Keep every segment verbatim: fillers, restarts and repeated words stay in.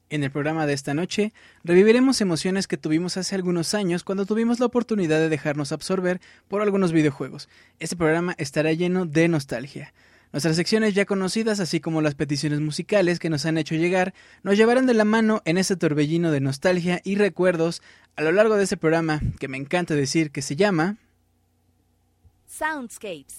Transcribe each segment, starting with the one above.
En el programa de esta noche, reviviremos emociones que tuvimos hace algunos años cuando tuvimos la oportunidad de dejarnos absorber por algunos videojuegos. Este programa estará lleno de nostalgia. Nuestras secciones ya conocidas, así como las peticiones musicales que nos han hecho llegar, nos llevarán de la mano en este torbellino de nostalgia y recuerdos a lo largo de este programa, que me encanta decir que se llama Soundscapes.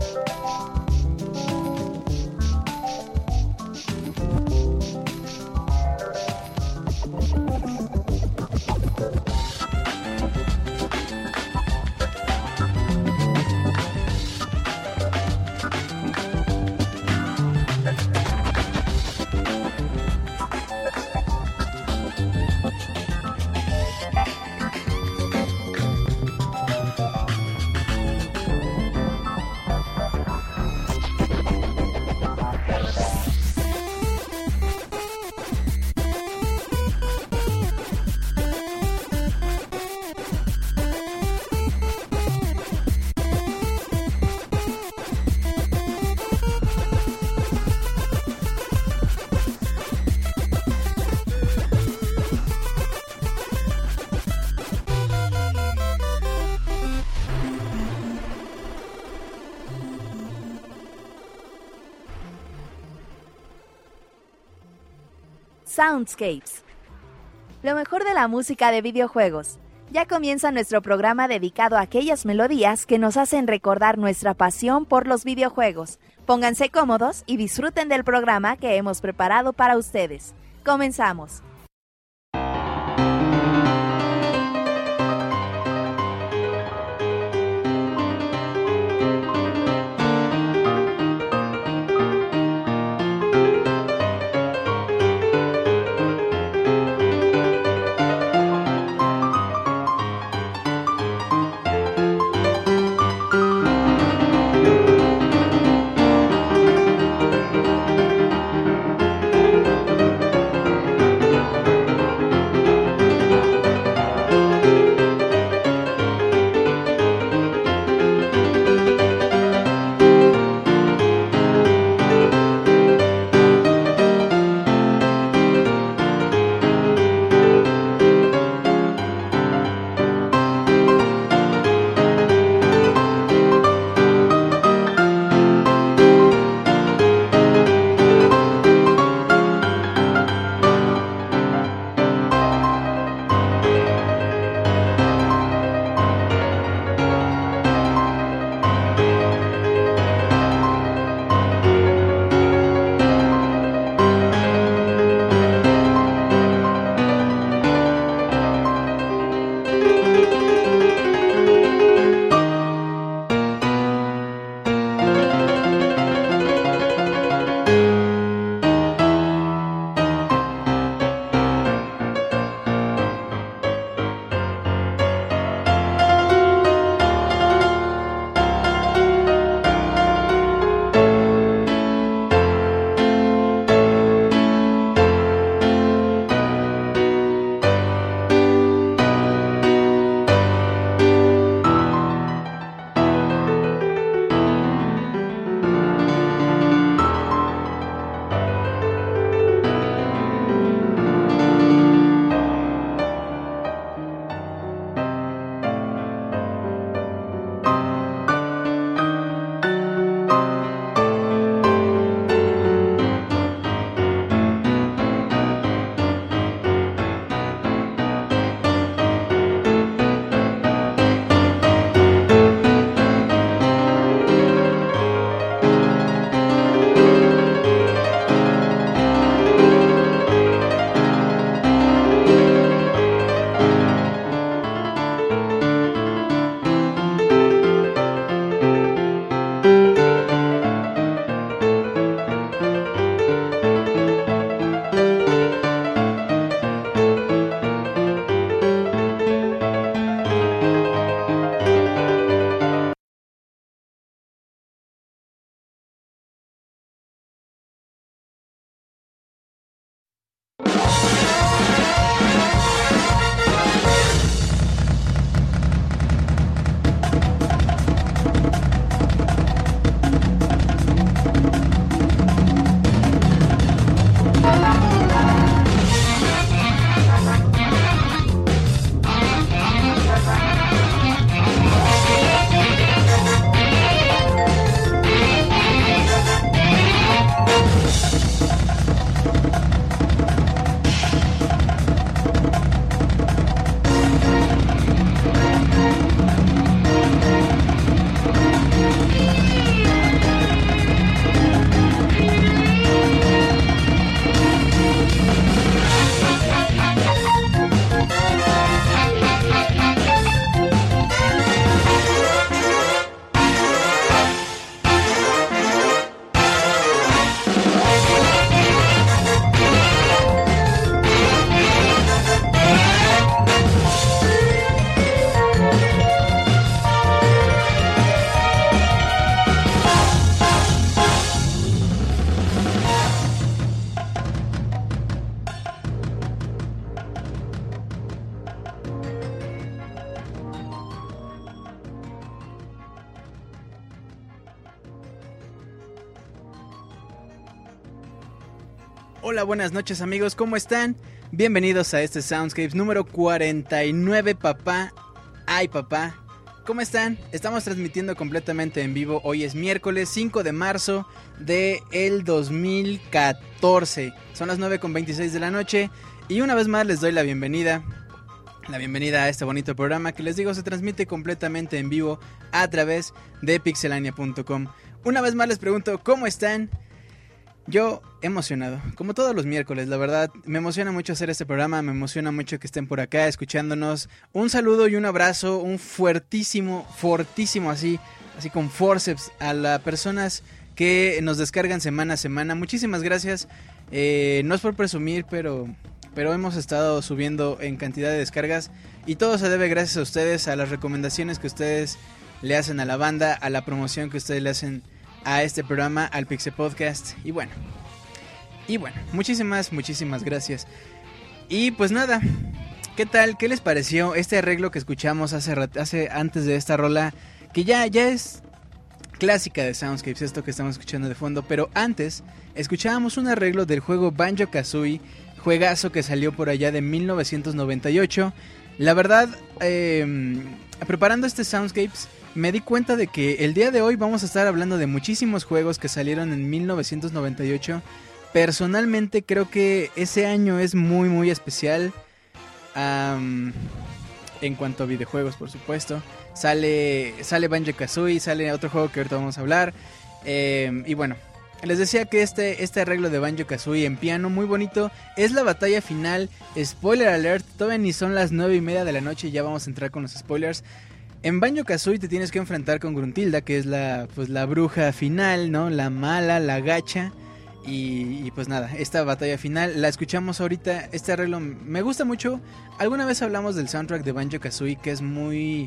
Soundscapes. Lo mejor de la música de videojuegos. Ya comienza nuestro programa dedicado a aquellas melodías que nos hacen recordar nuestra pasión por los videojuegos. Pónganse cómodos y disfruten del programa que hemos preparado para ustedes. Comenzamos. Hola, buenas noches amigos, ¿cómo están? Bienvenidos a este Soundscapes número cuarenta y nueve, papá. Ay, papá. ¿Cómo están? Estamos transmitiendo completamente en vivo. Hoy es miércoles cinco de marzo del dos mil catorce. Son las nueve con veintiséis de la noche. Y una vez más les doy la bienvenida. La bienvenida a este bonito programa que les digo se transmite completamente en vivo a través de pixelania punto com. Una vez más les pregunto, ¿cómo están? Yo emocionado, como todos los miércoles, la verdad, me emociona mucho hacer este programa, me emociona mucho que estén por acá escuchándonos. Un saludo y un abrazo, un fuertísimo, fortísimo así, así con forceps a las personas que nos descargan semana a semana. Muchísimas gracias, eh, no es por presumir, pero, pero hemos estado subiendo en cantidad de descargas y todo se debe gracias a ustedes, a las recomendaciones que ustedes le hacen a la banda, a la promoción que ustedes le hacen a este programa, al Pixel Podcast. Y bueno, y bueno, muchísimas, muchísimas gracias. Y pues nada, ¿qué tal? ¿Qué les pareció este arreglo que escuchamos hace, hace antes de esta rola? Que ya, ya es clásica de Soundscapes, esto que estamos escuchando de fondo. Pero antes, escuchábamos un arreglo del juego Banjo-Kazooie, juegazo que salió por allá de mil novecientos noventa y ocho. La verdad, eh, preparando este Soundscapes, me di cuenta de que el día de hoy vamos a estar hablando de muchísimos juegos que salieron en mil novecientos noventa y ocho. Personalmente creo que ese año es muy muy especial um, en cuanto a videojuegos, por supuesto. Sale, sale Banjo-Kazooie, sale otro juego que ahorita vamos a hablar. Eh, y bueno, les decía que este, este arreglo de Banjo-Kazooie en piano, muy bonito. Es la batalla final, spoiler alert, todavía ni son las nueve y media de la noche y ya vamos a entrar con los spoilers. En Banjo-Kazooie te tienes que enfrentar con Gruntilda, que es la, pues, la bruja final, ¿no? La mala, la gacha. Y, y pues nada, esta batalla final la escuchamos ahorita. Este arreglo me gusta mucho. Alguna vez hablamos del soundtrack de Banjo-Kazooie, que es muy...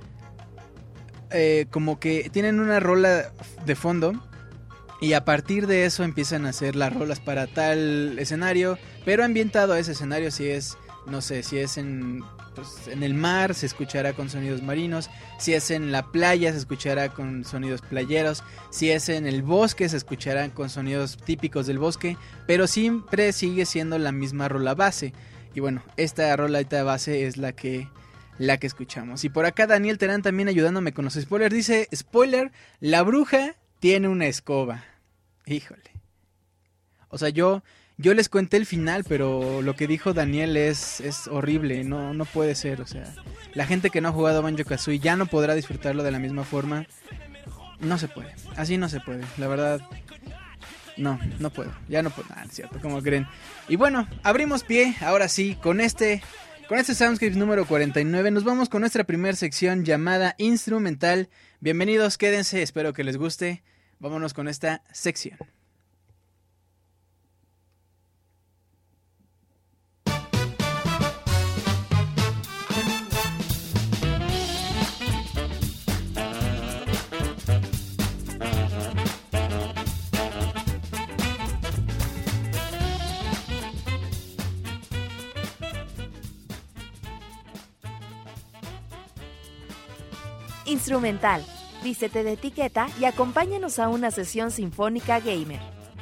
Eh, como que tienen una rola de fondo. Y a partir de eso empiezan a hacer las rolas para tal escenario. Pero ambientado a ese escenario, si es, no sé, si es en... Pues en el mar se escuchará con sonidos marinos, si es en la playa se escuchará con sonidos playeros, si es en el bosque se escuchará con sonidos típicos del bosque, pero siempre sigue siendo la misma rola base. Y bueno, esta rola base es la que, la que escuchamos. Y por acá Daniel Terán también ayudándome con los spoilers, dice, spoiler, la bruja tiene una escoba. Híjole. O sea, yo... Yo les conté el final, pero lo que dijo Daniel es, es horrible, no, no puede ser, o sea, la gente que no ha jugado Banjo-Kazooie ya no podrá disfrutarlo de la misma forma, no se puede, así no se puede, la verdad, no, no puedo, ya no puedo, nada, es cierto, como creen. Y bueno, abrimos pie, ahora sí, con este, con este Soundscapes número cuarenta y nueve, nos vamos con nuestra primera sección llamada Instrumental. Bienvenidos, quédense, espero que les guste, vámonos con esta sección. Instrumental. Vístete de etiqueta y acompáñanos a una sesión sinfónica gamer.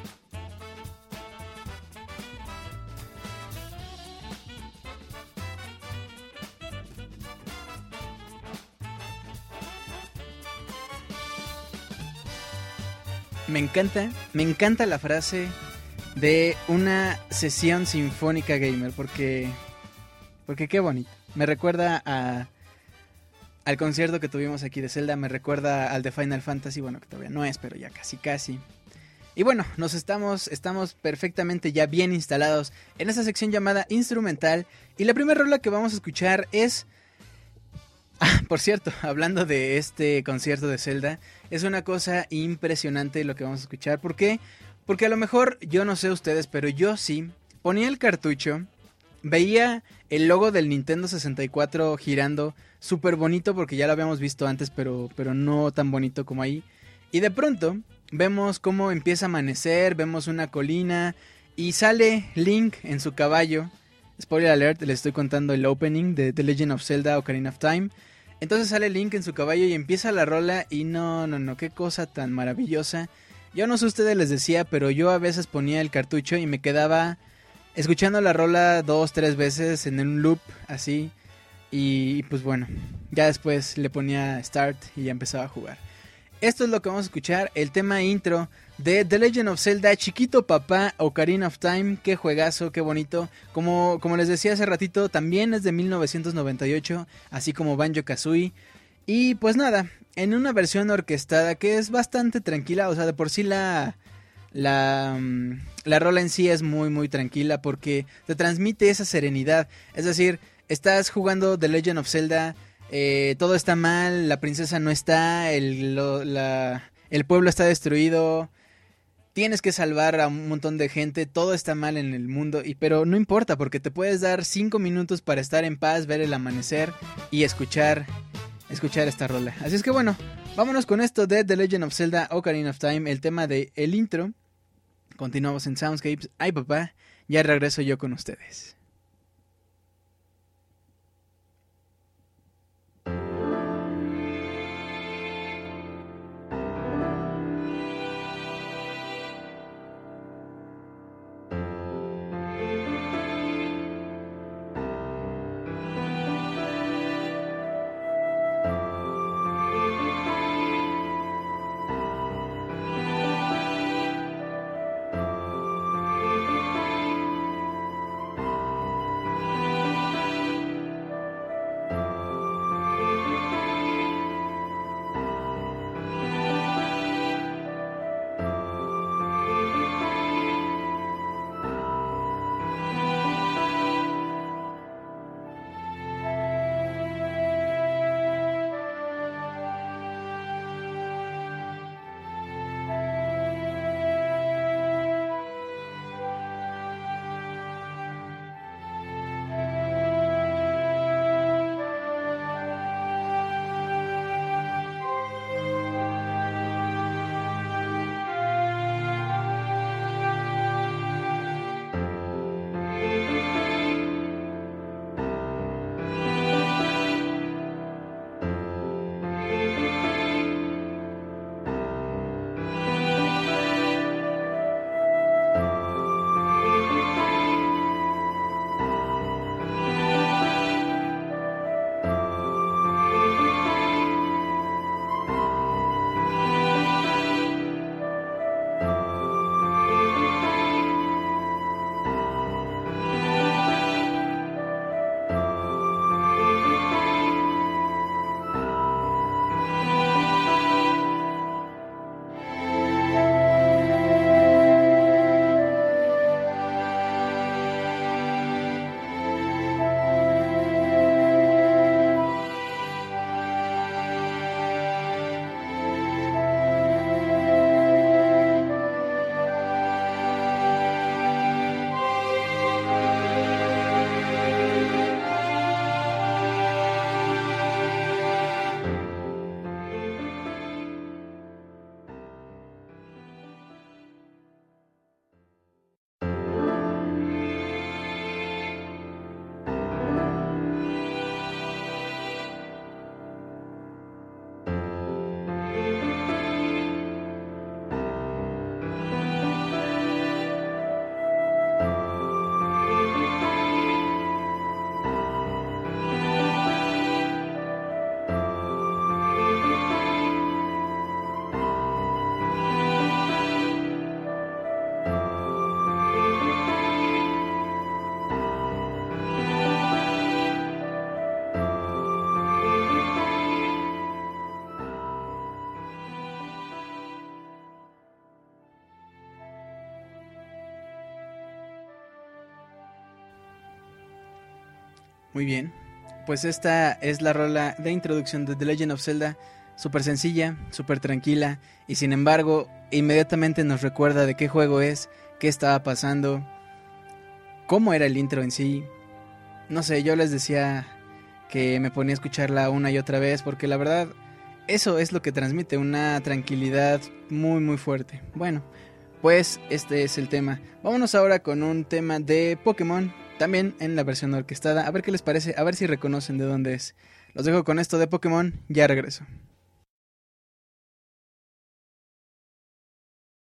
Me encanta, me encanta la frase de una sesión sinfónica gamer, porque, porque qué bonito. Me recuerda a... al concierto que tuvimos aquí de Zelda, me recuerda al de Final Fantasy, bueno, que todavía no es, pero ya casi casi. Y bueno, nos estamos, estamos perfectamente ya bien instalados en esta sección llamada Instrumental. Y la primera rola que vamos a escuchar es... Ah, por cierto, hablando de este concierto de Zelda, es una cosa impresionante lo que vamos a escuchar. ¿Por qué? Porque a lo mejor, yo no sé ustedes, pero yo sí, ponía el cartucho, veía el logo del Nintendo sesenta y cuatro girando, súper bonito porque ya lo habíamos visto antes, pero, pero no tan bonito como ahí. Y de pronto vemos cómo empieza a amanecer, vemos una colina y sale Link en su caballo. Spoiler alert, les estoy contando el opening de The Legend of Zelda Ocarina of Time. Entonces sale Link en su caballo y empieza la rola y no, no, no, qué cosa tan maravillosa. Yo no sé ustedes les decía, pero yo a veces ponía el cartucho y me quedaba escuchando la rola dos, tres veces en un loop así. Y pues bueno, ya después le ponía start y ya empezaba a jugar. Esto es lo que vamos a escuchar, el tema intro de The Legend of Zelda Chiquito Papá Ocarina of Time. Qué juegazo, qué bonito. Como, como les decía hace ratito, también es de mil novecientos noventa y ocho, así como Banjo-Kazooie. Y pues nada, en una versión orquestada que es bastante tranquila, o sea, de por sí la... La, la rola en sí es muy muy tranquila porque te transmite esa serenidad. Es decir, estás jugando The Legend of Zelda, eh, todo está mal, la princesa no está, el, lo, la, el pueblo está destruido, tienes que salvar a un montón de gente, todo está mal en el mundo, y pero no importa porque te puedes dar cinco minutos para estar en paz, ver el amanecer y escuchar, escuchar esta rola. Así es que bueno, vámonos con esto de The Legend of Zelda Ocarina of Time, el tema de el intro. Continuamos en Soundscapes. Ay papá, ya regreso yo con ustedes. Muy bien, pues esta es la rola de introducción de The Legend of Zelda, súper sencilla, súper tranquila, y sin embargo inmediatamente nos recuerda de qué juego es, qué estaba pasando, cómo era el intro en sí. No sé, yo les decía que me ponía a escucharla una y otra vez porque la verdad eso es lo que transmite, una tranquilidad muy muy fuerte. Bueno, pues este es el tema. Vámonos ahora con un tema de Pokémon, también en la versión orquestada, a ver qué les parece, a ver si reconocen de dónde es. Los dejo con esto de Pokémon, ya regreso.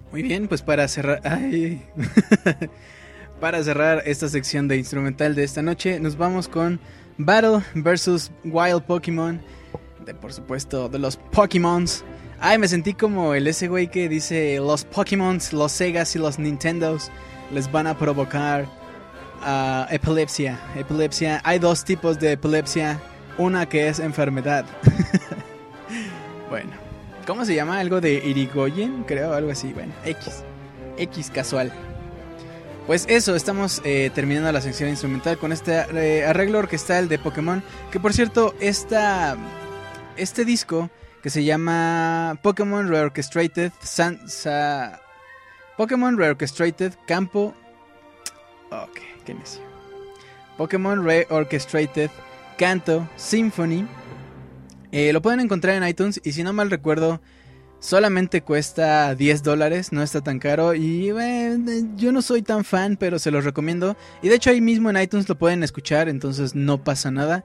Muy bien, pues para cerrar... Ay. Para cerrar esta sección de instrumental de esta noche, nos vamos con Battle versus. Wild Pokémon. De, por supuesto, de los Pokémons. Ay, me sentí como el ese güey que dice: los Pokémons, los Segas y los Nintendos les van a provocar uh, epilepsia. Epilepsia. Hay dos tipos de epilepsia. Una que es enfermedad. Bueno, ¿cómo se llama? Algo de Irigoyen, creo, algo así. Bueno, X. X casual. Pues eso, estamos eh, terminando la sección instrumental con este eh, arreglo orquestal de Pokémon. Que por cierto, esta, este disco que se llama Pokémon Reorchestrated San, Sa, Pokémon Reorchestrated Campo. Ok, qué necio. Pokémon Reorchestrated Kanto Symphony. Eh, lo pueden encontrar en iTunes y si no mal recuerdo, solamente cuesta diez dólares, no está tan caro y eh, yo no soy tan fan, pero se los recomiendo. Y de hecho ahí mismo en iTunes lo pueden escuchar, entonces no pasa nada.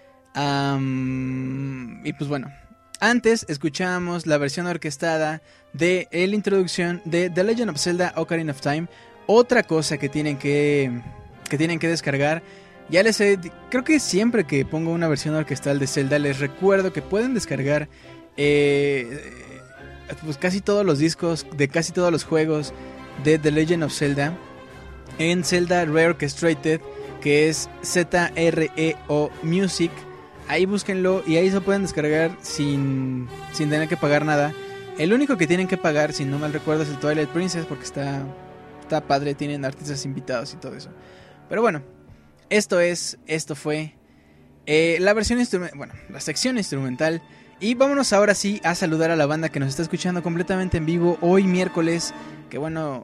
Um, y pues bueno, antes escuchábamos la versión orquestada de la introducción de The Legend of Zelda Ocarina of Time. Otra cosa que tienen que, que, tienen que descargar. Ya les he, creo que siempre que pongo una versión orquestal de Zelda les recuerdo que pueden descargar eh, pues casi todos los discos de casi todos los juegos de The Legend of Zelda en Zelda Reorchestrated, que es Z R E O Music. Ahí búsquenlo y ahí se pueden descargar sin, sin tener que pagar nada. El único que tienen que pagar, si no mal recuerdo, es el Twilight Princess, porque está, está padre, tienen artistas invitados y todo eso. Pero bueno, esto es, esto fue eh, la versión instrumental, bueno, la sección instrumental. Y vámonos ahora sí a saludar a la banda que nos está escuchando completamente en vivo hoy miércoles. Que bueno,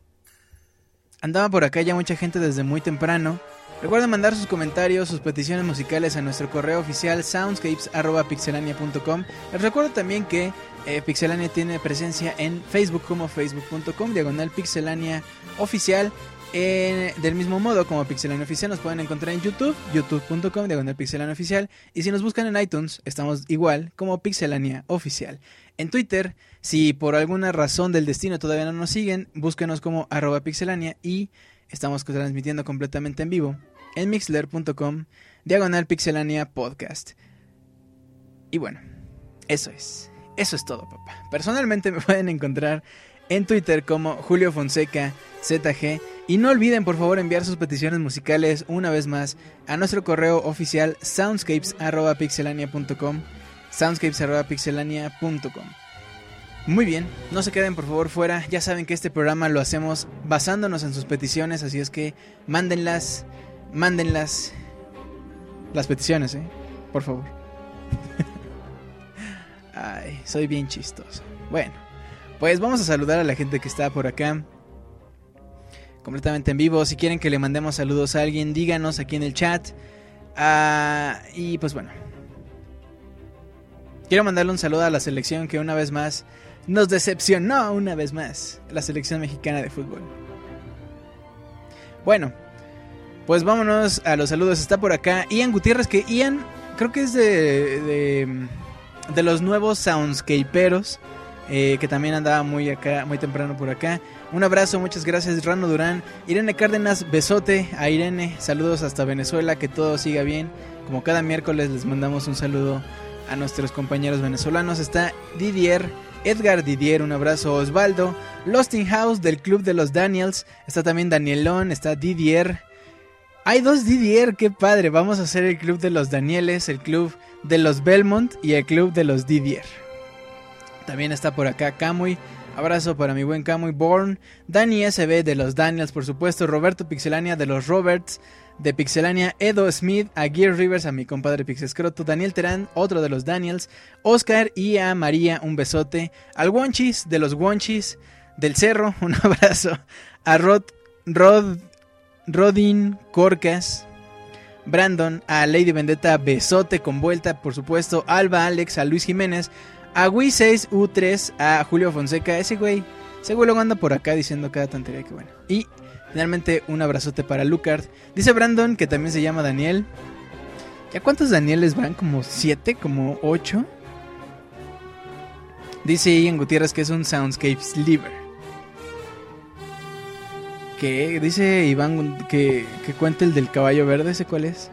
andaba por acá ya mucha gente desde muy temprano. Recuerden mandar sus comentarios, sus peticiones musicales a nuestro correo oficial soundscapes arroba pixelania punto com. Les recuerdo también que eh, Pixelania tiene presencia en Facebook como facebook punto com diagonal pixelania oficial. Eh, del mismo modo como Pixelania Oficial nos pueden encontrar en YouTube, youtube punto com diagonal pixelania oficial. Y si nos buscan en iTunes, estamos igual como Pixelania Oficial. En Twitter, si por alguna razón del destino todavía no nos siguen, búsquenos como arroba pixelania. Y estamos transmitiendo completamente en vivo en mixler punto com diagonal pixelania podcast. Y bueno, eso es, eso es todo, papá. Personalmente me pueden encontrar en Twitter como Julio Fonseca Z G. Y no olviden por favor enviar sus peticiones musicales una vez más a nuestro correo oficial soundscapes arroba pixelania punto com soundscapes arroba pixelania punto com. Muy bien, no se queden por favor fuera. Ya saben que este programa lo hacemos basándonos en sus peticiones, así es que mándenlas, mándenlas las peticiones, eh, por favor. Ay, soy bien chistoso. Bueno, pues vamos a saludar a la gente que está por acá completamente en vivo. Si quieren que le mandemos saludos a alguien, díganos aquí en el chat. Uh, y pues bueno, quiero mandarle un saludo a la selección que una vez más nos decepcionó, una vez más, la selección mexicana de fútbol. Bueno, pues vámonos a los saludos. Está por acá Ian Gutiérrez, que Ian creo que es de, de, de los nuevos soundscaperos. Eh, que también andaba muy acá, muy temprano por acá. Un abrazo, muchas gracias Rano Durán. Irene Cárdenas, besote a Irene. Saludos hasta Venezuela, que todo siga bien. Como cada miércoles les mandamos un saludo a nuestros compañeros venezolanos. Está Didier, Edgar Didier, un abrazo. Osvaldo, Lost in House del Club de los Daniels. Está también Danielón, está Didier. Hay dos Didier, qué padre. Vamos a hacer el Club de los Danieles, el Club de los Belmont y el Club de los Didier. También está por acá Camuy. Abrazo para mi buen Camuy. Born. Dani S B de los Daniels, por supuesto. Roberto Pixelania de los Roberts de Pixelania. Edo Smith. A Gear Rivers, a mi compadre Pixescroto. Daniel Terán, otro de los Daniels. Oscar y a María, un besote. Al Wonchis de los Wonchis del Cerro, un abrazo. A Rod, Rod, Rodin Corcas. Brandon. A Lady Vendetta, besote con vuelta, por supuesto. Alba, Alex, a Luis Jiménez. A Wii seis U tres, a Julio Fonseca, ese güey, ese güey luego anda por acá diciendo cada tontería, que bueno. Y finalmente un abrazote para Lucard. Dice Brandon que también se llama Daniel. ¿Ya cuántos Danieles van? ¿Como siete? ¿Como ocho? Dice Ian Gutiérrez que es un Soundscape Sliver. ¿Qué? Dice Iván que, que cuente el del caballo verde, ¿ese cuál es?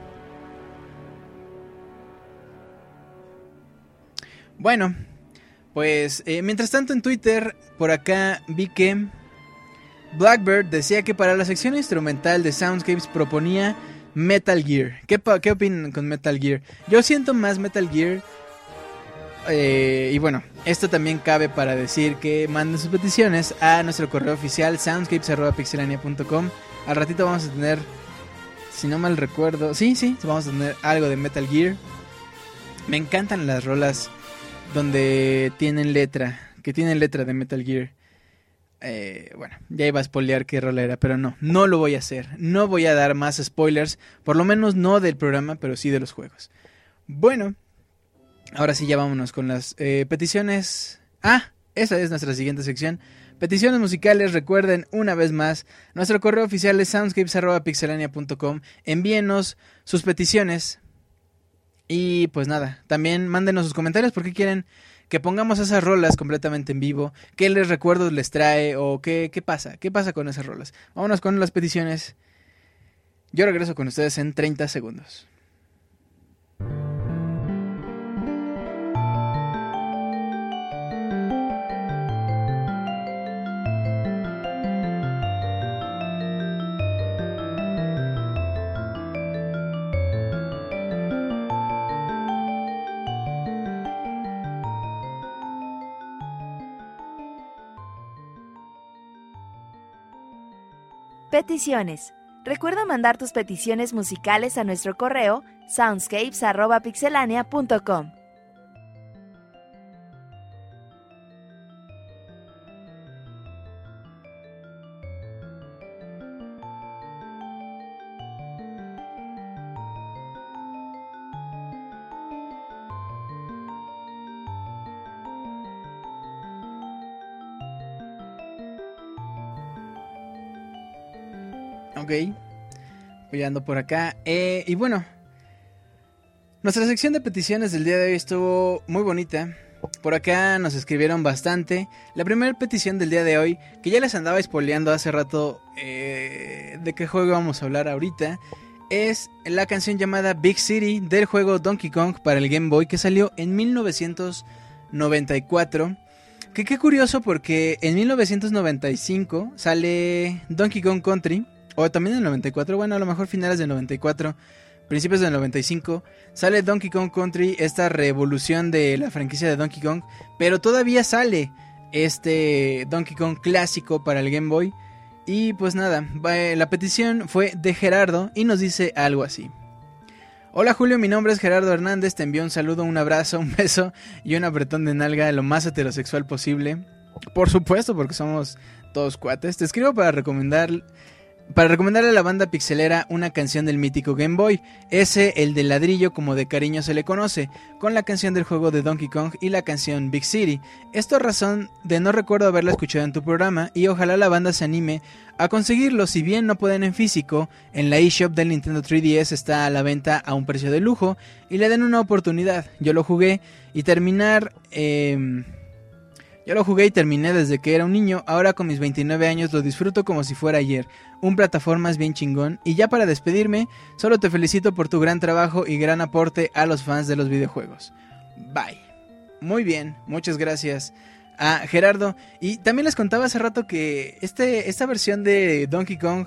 Bueno, pues eh, mientras tanto en Twitter, por acá vi que Blackbird decía que para la sección instrumental de Soundscapes proponía Metal Gear. ¿Qué, qué opinan con Metal Gear? Yo siento más Metal Gear. Eh, y bueno, esto también cabe para decir que manden sus peticiones a nuestro correo oficial soundscapes arroba pixelania punto com. Al ratito vamos a tener, si no mal recuerdo, sí, sí, vamos a tener algo de Metal Gear. Me encantan las rolas donde tienen letra, que tienen letra de Metal Gear. Eh, bueno, ya iba a spoilear qué rola era, pero no, no lo voy a hacer. No voy a dar más spoilers, por lo menos no del programa, pero sí de los juegos. Bueno, ahora sí ya vámonos con las eh, peticiones. Ah, esa es nuestra siguiente sección. Peticiones musicales, recuerden una vez más, nuestro correo oficial es soundscapes arroba pixelania punto com. Envíenos sus peticiones. Y pues nada, también mándenos sus comentarios por qué quieren que pongamos esas rolas completamente en vivo, qué les recuerdos les trae o qué, qué pasa, qué pasa con esas rolas. Vámonos con las peticiones. Yo regreso con ustedes en treinta segundos. Peticiones. Recuerda mandar tus peticiones musicales a nuestro correo soundscapes arroba pixelania punto com. Ok, voy ando por acá. Eh, y bueno, nuestra sección de peticiones del día de hoy estuvo muy bonita. Por acá nos escribieron bastante. La primera petición del día de hoy, que ya les andaba spoileando hace rato eh, de qué juego vamos a hablar ahorita, es la canción llamada Big City del juego Donkey Kong para el Game Boy, que salió en mil novecientos noventa y cuatro. Que qué curioso, porque en mil novecientos noventa y cinco sale Donkey Kong Country. O también en el noventa y cuatro, bueno, a lo mejor finales del noventa y cuatro, principios del noventa y cinco, sale Donkey Kong Country, esta revolución de la franquicia de Donkey Kong, pero todavía sale este Donkey Kong clásico para el Game Boy. Y pues nada, la petición fue de Gerardo y nos dice algo así. Hola Julio, mi nombre es Gerardo Hernández, te envío un saludo, un abrazo, un beso y un apretón de nalga lo más heterosexual posible. Por supuesto, porque somos todos cuates. Te escribo para recomendar... Para recomendarle a la banda pixelera una canción del mítico Game Boy, ese el de ladrillo como de cariño se le conoce, con la canción del juego de Donkey Kong y la canción Big City. Esto a razón de no recuerdo haberla escuchado en tu programa y ojalá la banda se anime a conseguirlo, si bien no pueden en físico, en la eShop del Nintendo tres D S está a la venta a un precio de lujo y le den una oportunidad. Yo lo jugué y terminar... Eh, Yo lo jugué y terminé desde que era un niño, ahora con mis veintinueve años lo disfruto como si fuera ayer. Un plataformas bien chingón. Y ya para despedirme, solo te felicito por tu gran trabajo y gran aporte a los fans de los videojuegos. Bye. Muy bien, muchas gracias a Gerardo. Y también les contaba hace rato que este, esta versión de Donkey Kong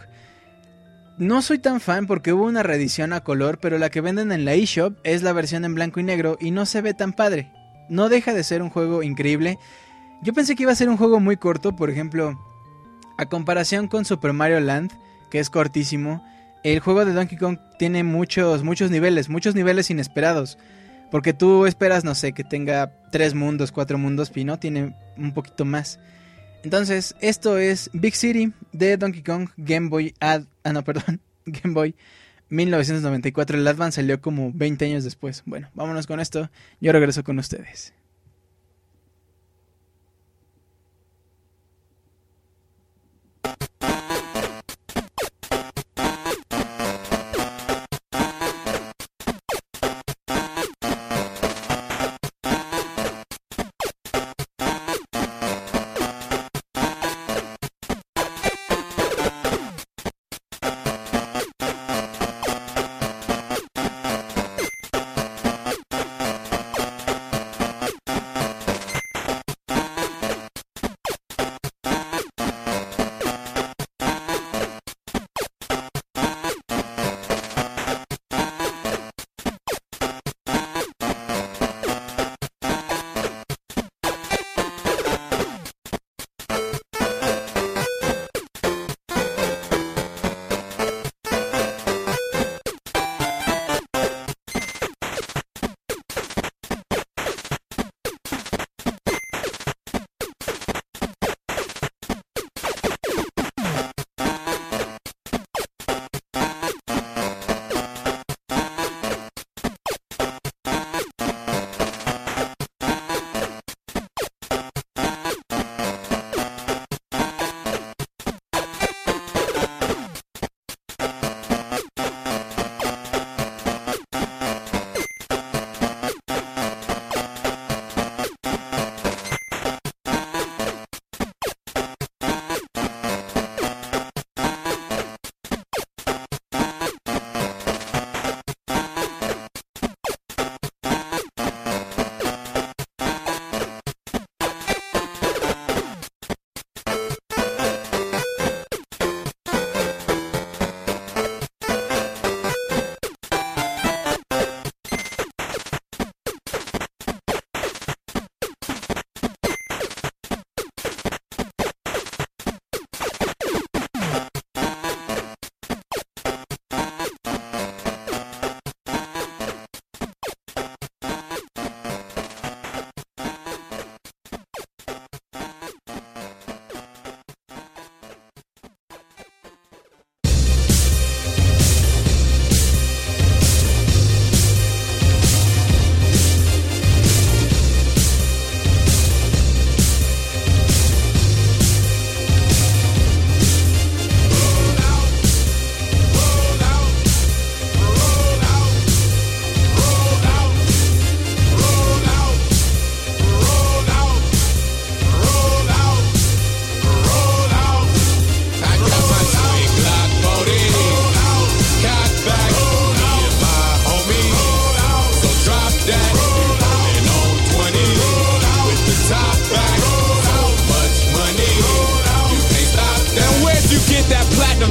no soy tan fan porque hubo una reedición a color, pero la que venden en la eShop es la versión en blanco y negro y no se ve tan padre. No deja de ser un juego increíble. Yo pensé que iba a ser un juego muy corto, por ejemplo, a comparación con Super Mario Land, que es cortísimo, el juego de Donkey Kong tiene muchos, muchos niveles, muchos niveles inesperados, porque tú esperas, no sé, que tenga tres mundos, cuatro mundos, y no, tiene un poquito más. Entonces, esto es Big City de Donkey Kong Game Boy, Ad- ah no, perdón, Game Boy mil novecientos noventa y cuatro, el Advance salió como veinte años después. Bueno, vámonos con esto, yo regreso con ustedes.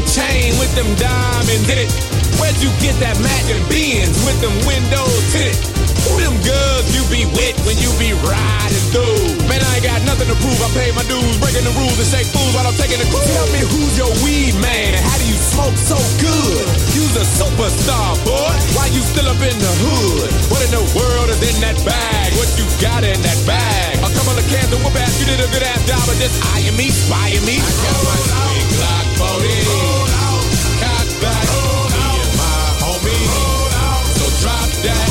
chain with them diamonds in it? Where'd you get that matching Benz with them windows tinted? Who them girls you be with when you be riding through? Man, I ain't got nothing to prove. I pay my dues, breaking the rules and shake fools while I'm taking a cruise. Tell me who's your weed man and how do you smoke so good? You's a superstar, boy. Why you still up in the hood? What in the world is in that bag? What you got in that bag? A couple of cans of whoop ass. You did a good ass job of just eyeing me, spying me. I got my big Glock forty, cock back, me and my homie. So drop that.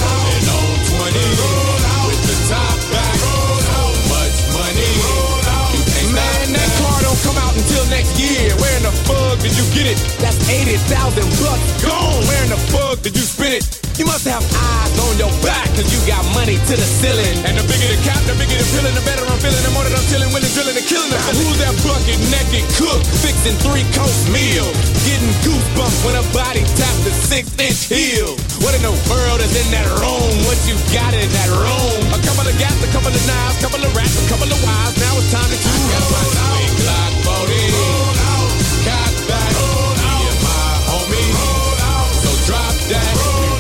With the top back, so much money. You can't Man, that car don't come out until next year. Where in the fuck did you get it? That's eighty thousand bucks gone. Where in the fuck did you spend it? You must have eyes on your back, cause you got money to the ceiling. And the bigger the cap, the bigger the feeling, the better I'm feeling. The more that I'm chilling, willing, drilling, and killing them. Who's that bucket naked cook, fixing three-course meal? Getting goosebumps when a body taps the six-inch heel. What in the world is in that room? What you got in that room? A couple of gas, a couple of knives, couple of rats, a couple of wives. Now it's time to choose. I got my big Glock forty, cock back, me and my homie. So drop that.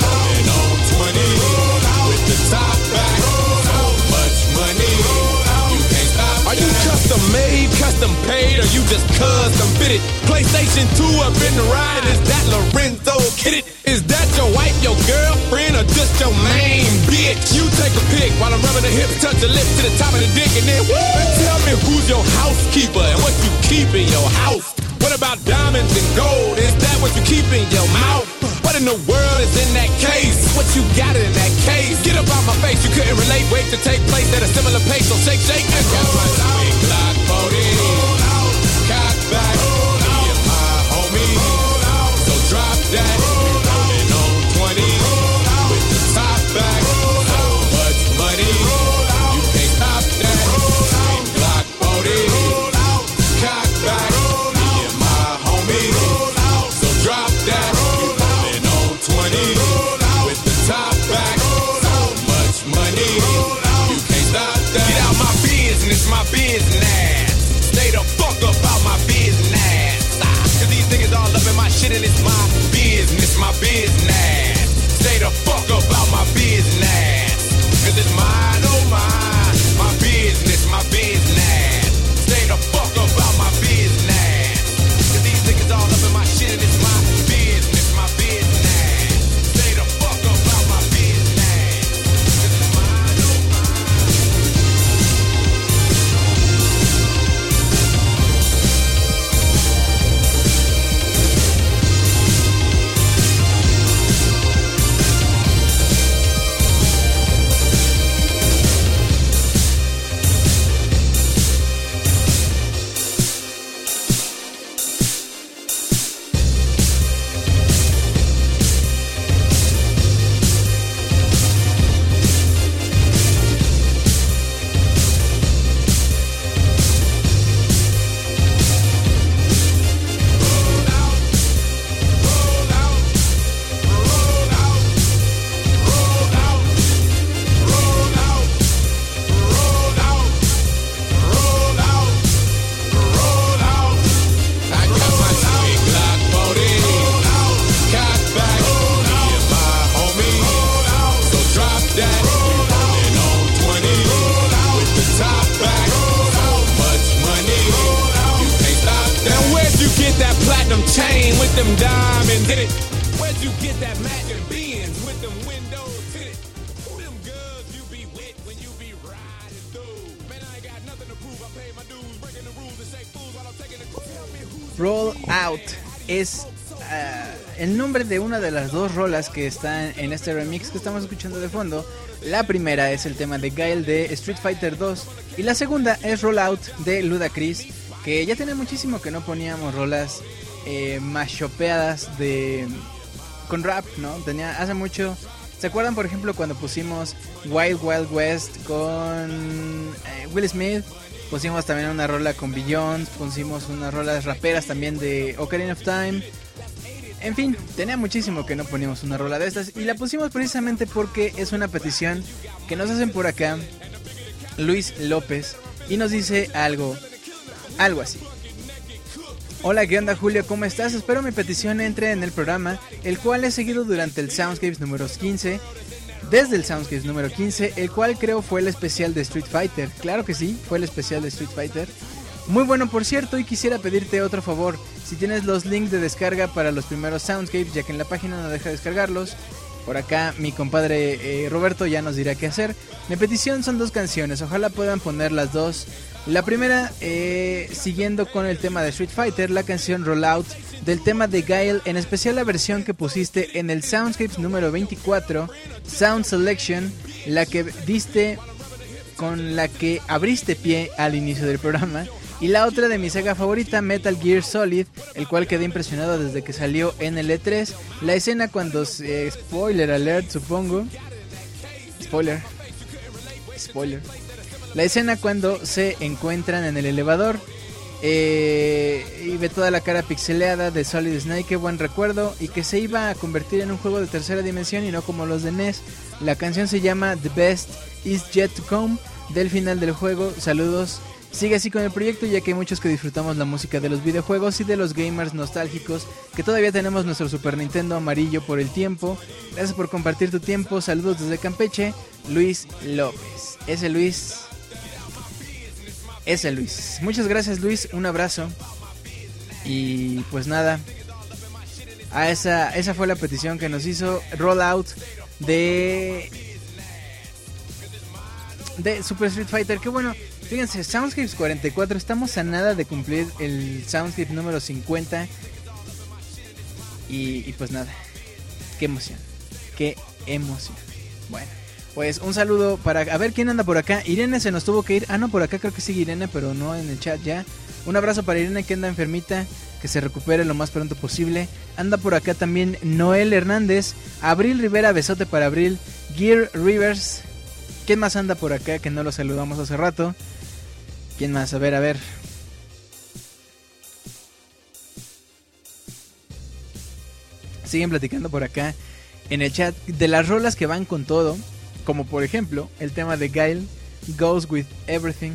With the top back, so much money, you can't stop. Are you custom made, custom paid, or you just custom fitted? PlayStation two up in the ride, is that Lorenzo Kidded? Is that your wife, your girlfriend, or just your main bitch? You take a pic while I'm rubbing the hips, touch the lips to the top of the dick, and then woo! Tell me who's your housekeeper and what you keep in your house. What about diamonds and gold? Is that what you keep in your mouth? What in the world is in that case? What you got in that case? Get up out my face, you couldn't relate. Wait to take place at a similar pace, so shake, shake, and go. Big Glock forty, cock back, me and my homie. So drop that, and on twenty, with the top back, so much money, you can't stop that. Big Glock forty, cock back, me and my homie. So drop that. With the top back, so much money, you can't stop that. Get out my business, my business. Stay the fuck up out my business. Cause these niggas all up in my shit and it's my business, my business. Stay the fuck up out my business. Cause it's mine, oh mine. My business, my business. Stay the fuck up out my business. Cause these niggas all up in my shit and it's my business, my business. Roll Out es uh, el nombre de una de las dos rolas que están en este remix que estamos escuchando de fondo. La primera es el tema de Guile de Street Fighter dos y la segunda es Roll Out de Ludacris, que ya tiene muchísimo que no poníamos rolas eh, mashupeadas de con rap, ¿no? Tenía hace mucho. ¿Se acuerdan, por ejemplo, cuando pusimos Wild Wild West con eh, Will Smith? Pusimos también una rola con Beyond, pusimos unas rolas raperas también de Ocarina of Time. En fin, tenía muchísimo que no poníamos una rola de estas y la pusimos precisamente porque es una petición que nos hacen por acá Luis López y nos dice algo, algo así. Hola, ¿qué onda, Julio? ¿Cómo estás? Espero mi petición entre en el programa, el cual he seguido durante el Soundscapes número quince, desde el Soundscapes número quince, el cual creo fue el especial de Street Fighter. Claro que sí, fue el especial de Street Fighter. Muy bueno, por cierto, y quisiera pedirte otro favor. Si tienes los links de descarga para los primeros Soundscapes, ya que en la página no deja descargarlos, por acá mi compadre eh, Roberto ya nos dirá qué hacer. Mi petición son dos canciones, ojalá puedan poner las dos. La primera, eh, siguiendo con el tema de Street Fighter, la canción Rollout del tema de Guile, en especial la versión que pusiste en el Soundscapes número veinticuatro, Sound Selection, la que diste, con la que abriste pie al inicio del programa. Y la otra de mi saga favorita, Metal Gear Solid, el cual quedé impresionado desde que salió en el E tres. La escena cuando se... Eh, spoiler alert, supongo. Spoiler. Spoiler. La escena cuando se encuentran en el elevador. Eh, y ve toda la cara pixeleada de Solid Snake, qué buen recuerdo. Y que se iba a convertir en un juego de tercera dimensión y no como los de N E S. La canción se llama The Best Is Yet To Come, del final del juego. Saludos. Sigue así con el proyecto, ya que hay muchos que disfrutamos la música de los videojuegos y de los gamers nostálgicos, que todavía tenemos nuestro Super Nintendo amarillo por el tiempo. Gracias por compartir tu tiempo. Saludos desde Campeche, Luis López. Ese Luis... Ese Luis. Muchas gracias, Luis. Un abrazo. Y pues nada. A esa, esa fue la petición que nos hizo Rollout de... de Super Street Fighter. Qué bueno. Fíjense, Soundscapes cuarenta y cuatro, estamos a nada de cumplir el Soundscape número cincuenta. Y, y pues nada, qué emoción, qué emoción. Bueno, pues un saludo para... A ver, ¿quién anda por acá? Irene se nos tuvo que ir. Ah, no, por acá creo que sigue Irene, pero no en el chat ya. Un abrazo para Irene, que anda enfermita, que se recupere lo más pronto posible. Anda por acá también Noel Hernández, Abril Rivera, besote para Abril. Gear Rivers. ¿Quién más anda por acá que no lo saludamos hace rato? ¿Quién más? A ver, a ver. Siguen platicando por acá en el chat de las rolas que van con todo. Como por ejemplo el tema de Guile, Goes With Everything.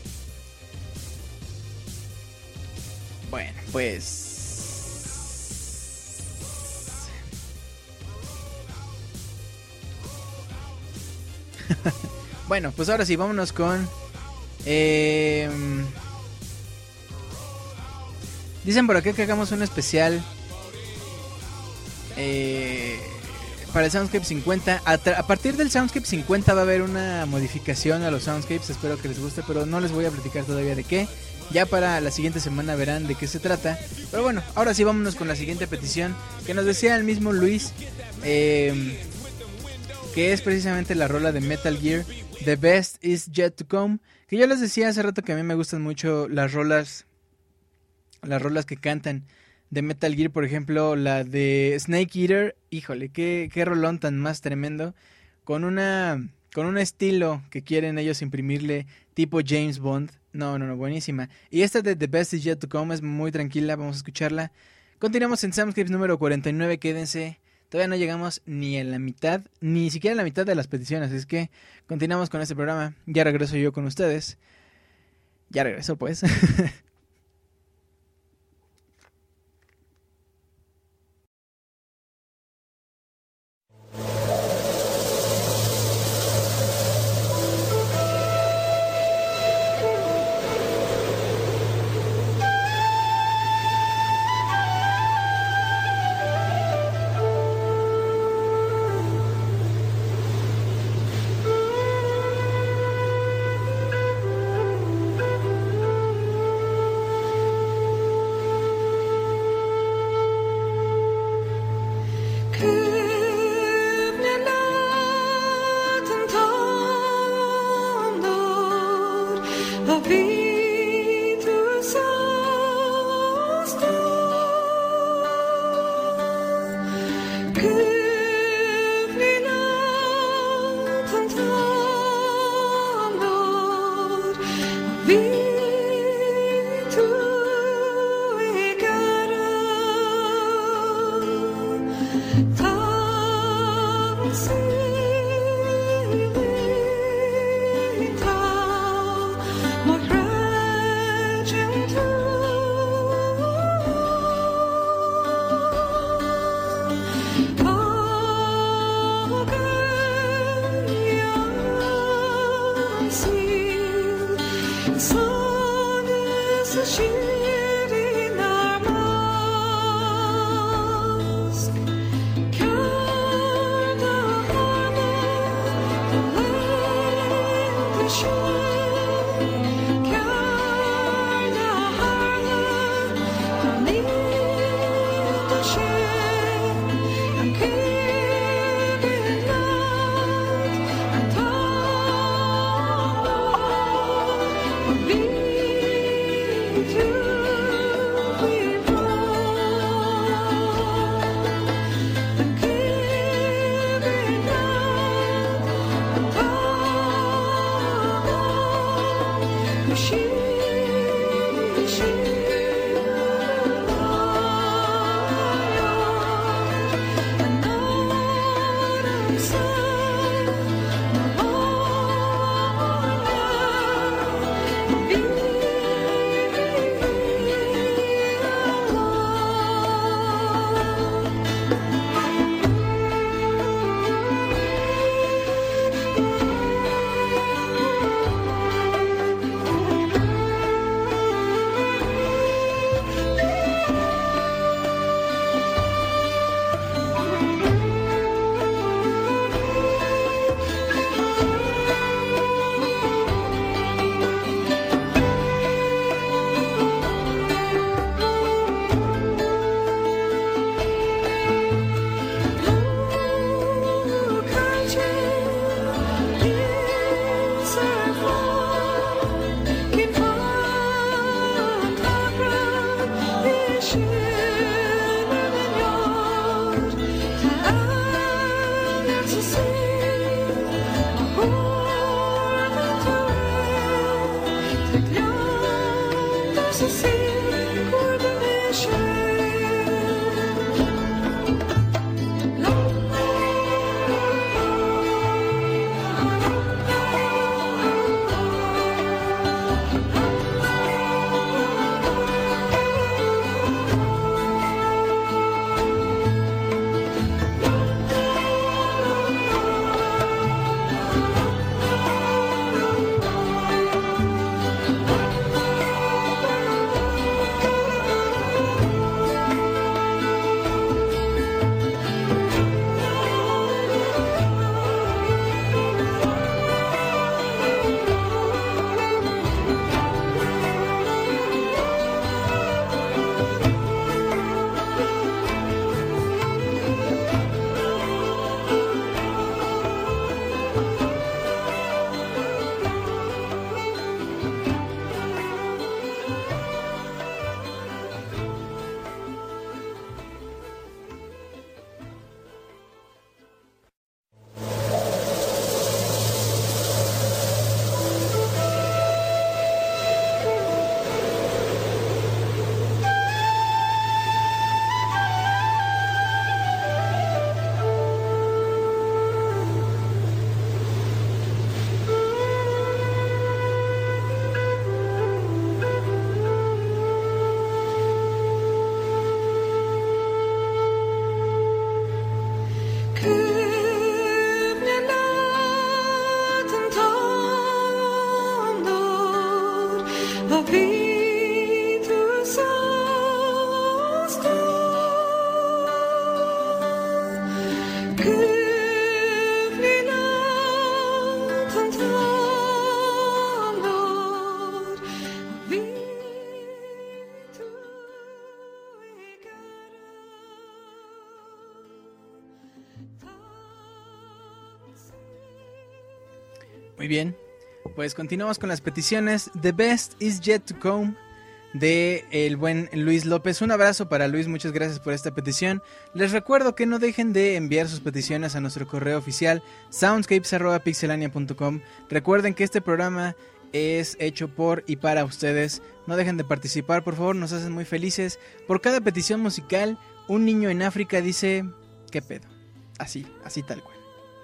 Bueno, pues... bueno, pues ahora sí, vámonos con... Eh, dicen por acá que hagamos un especial eh, para el Soundscape cincuenta. A, a partir del Soundscape cincuenta va a haber una modificación a los Soundscapes. Espero que les guste, pero no les voy a platicar todavía de qué. Ya para la siguiente semana verán de qué se trata. Pero bueno, ahora sí vámonos con la siguiente petición, que nos decía el mismo Luis, eh, que es precisamente la rola de Metal Gear, The Best Is Yet To Come. Que yo les decía hace rato que a mí me gustan mucho las rolas, las rolas que cantan de Metal Gear, por ejemplo, la de Snake Eater. Híjole, qué, qué rolón tan más tremendo, con una, con un estilo que quieren ellos imprimirle tipo James Bond. No, no, no, buenísima. Y esta de The Best Is Yet To Come es muy tranquila, vamos a escucharla. Continuamos en Soundscapes número cuarenta y nueve, quédense. Todavía no llegamos ni a la mitad, ni siquiera a la mitad de las peticiones, es que continuamos con este programa. Ya regreso yo con ustedes. Ya regreso pues. More Muy bien, pues continuamos con las peticiones. The Best Is Yet to Come de el buen Luis López. Un abrazo para Luis, muchas gracias por esta petición. Les recuerdo que no dejen de enviar sus peticiones a nuestro correo oficial soundscapes arroba pixelania punto com. Recuerden que este programa es hecho por y para ustedes. No dejen de participar, por favor, nos hacen muy felices. Por cada petición musical, un niño en África dice, ¿qué pedo? Así, así tal cual.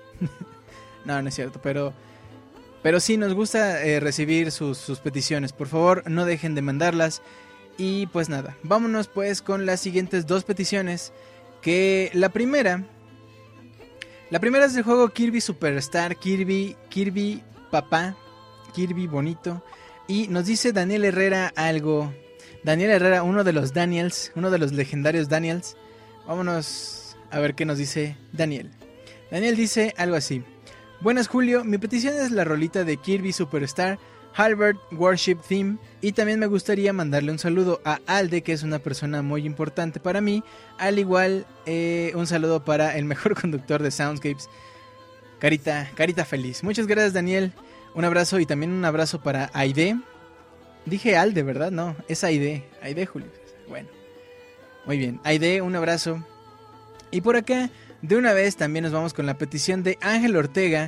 No, no es cierto, pero... Pero sí, nos gusta eh, recibir sus, sus peticiones. Por favor, no dejen de mandarlas. Y pues nada, vámonos pues con las siguientes dos peticiones. Que la primera... La primera es del juego Kirby Superstar, Kirby, Kirby Papá. Kirby bonito. Y nos dice Daniel Herrera algo. Daniel Herrera, uno de los Daniels, uno de los legendarios Daniels. Vámonos a ver qué nos dice Daniel. Daniel dice algo así. Buenas Julio, mi petición es la rolita de Kirby Superstar, Halberd Warship Theme, y también me gustaría mandarle un saludo a Alde, que es una persona muy importante para mí, al igual eh, un saludo para el mejor conductor de Soundscapes, Carita, Carita Feliz. Muchas gracias Daniel, un abrazo y también un abrazo para Aide. Dije Alde, ¿verdad? No, es Aide, Aide Julio. Bueno, muy bien, Aide, un abrazo. Y por acá, de una vez también nos vamos con la petición de Ángel Ortega,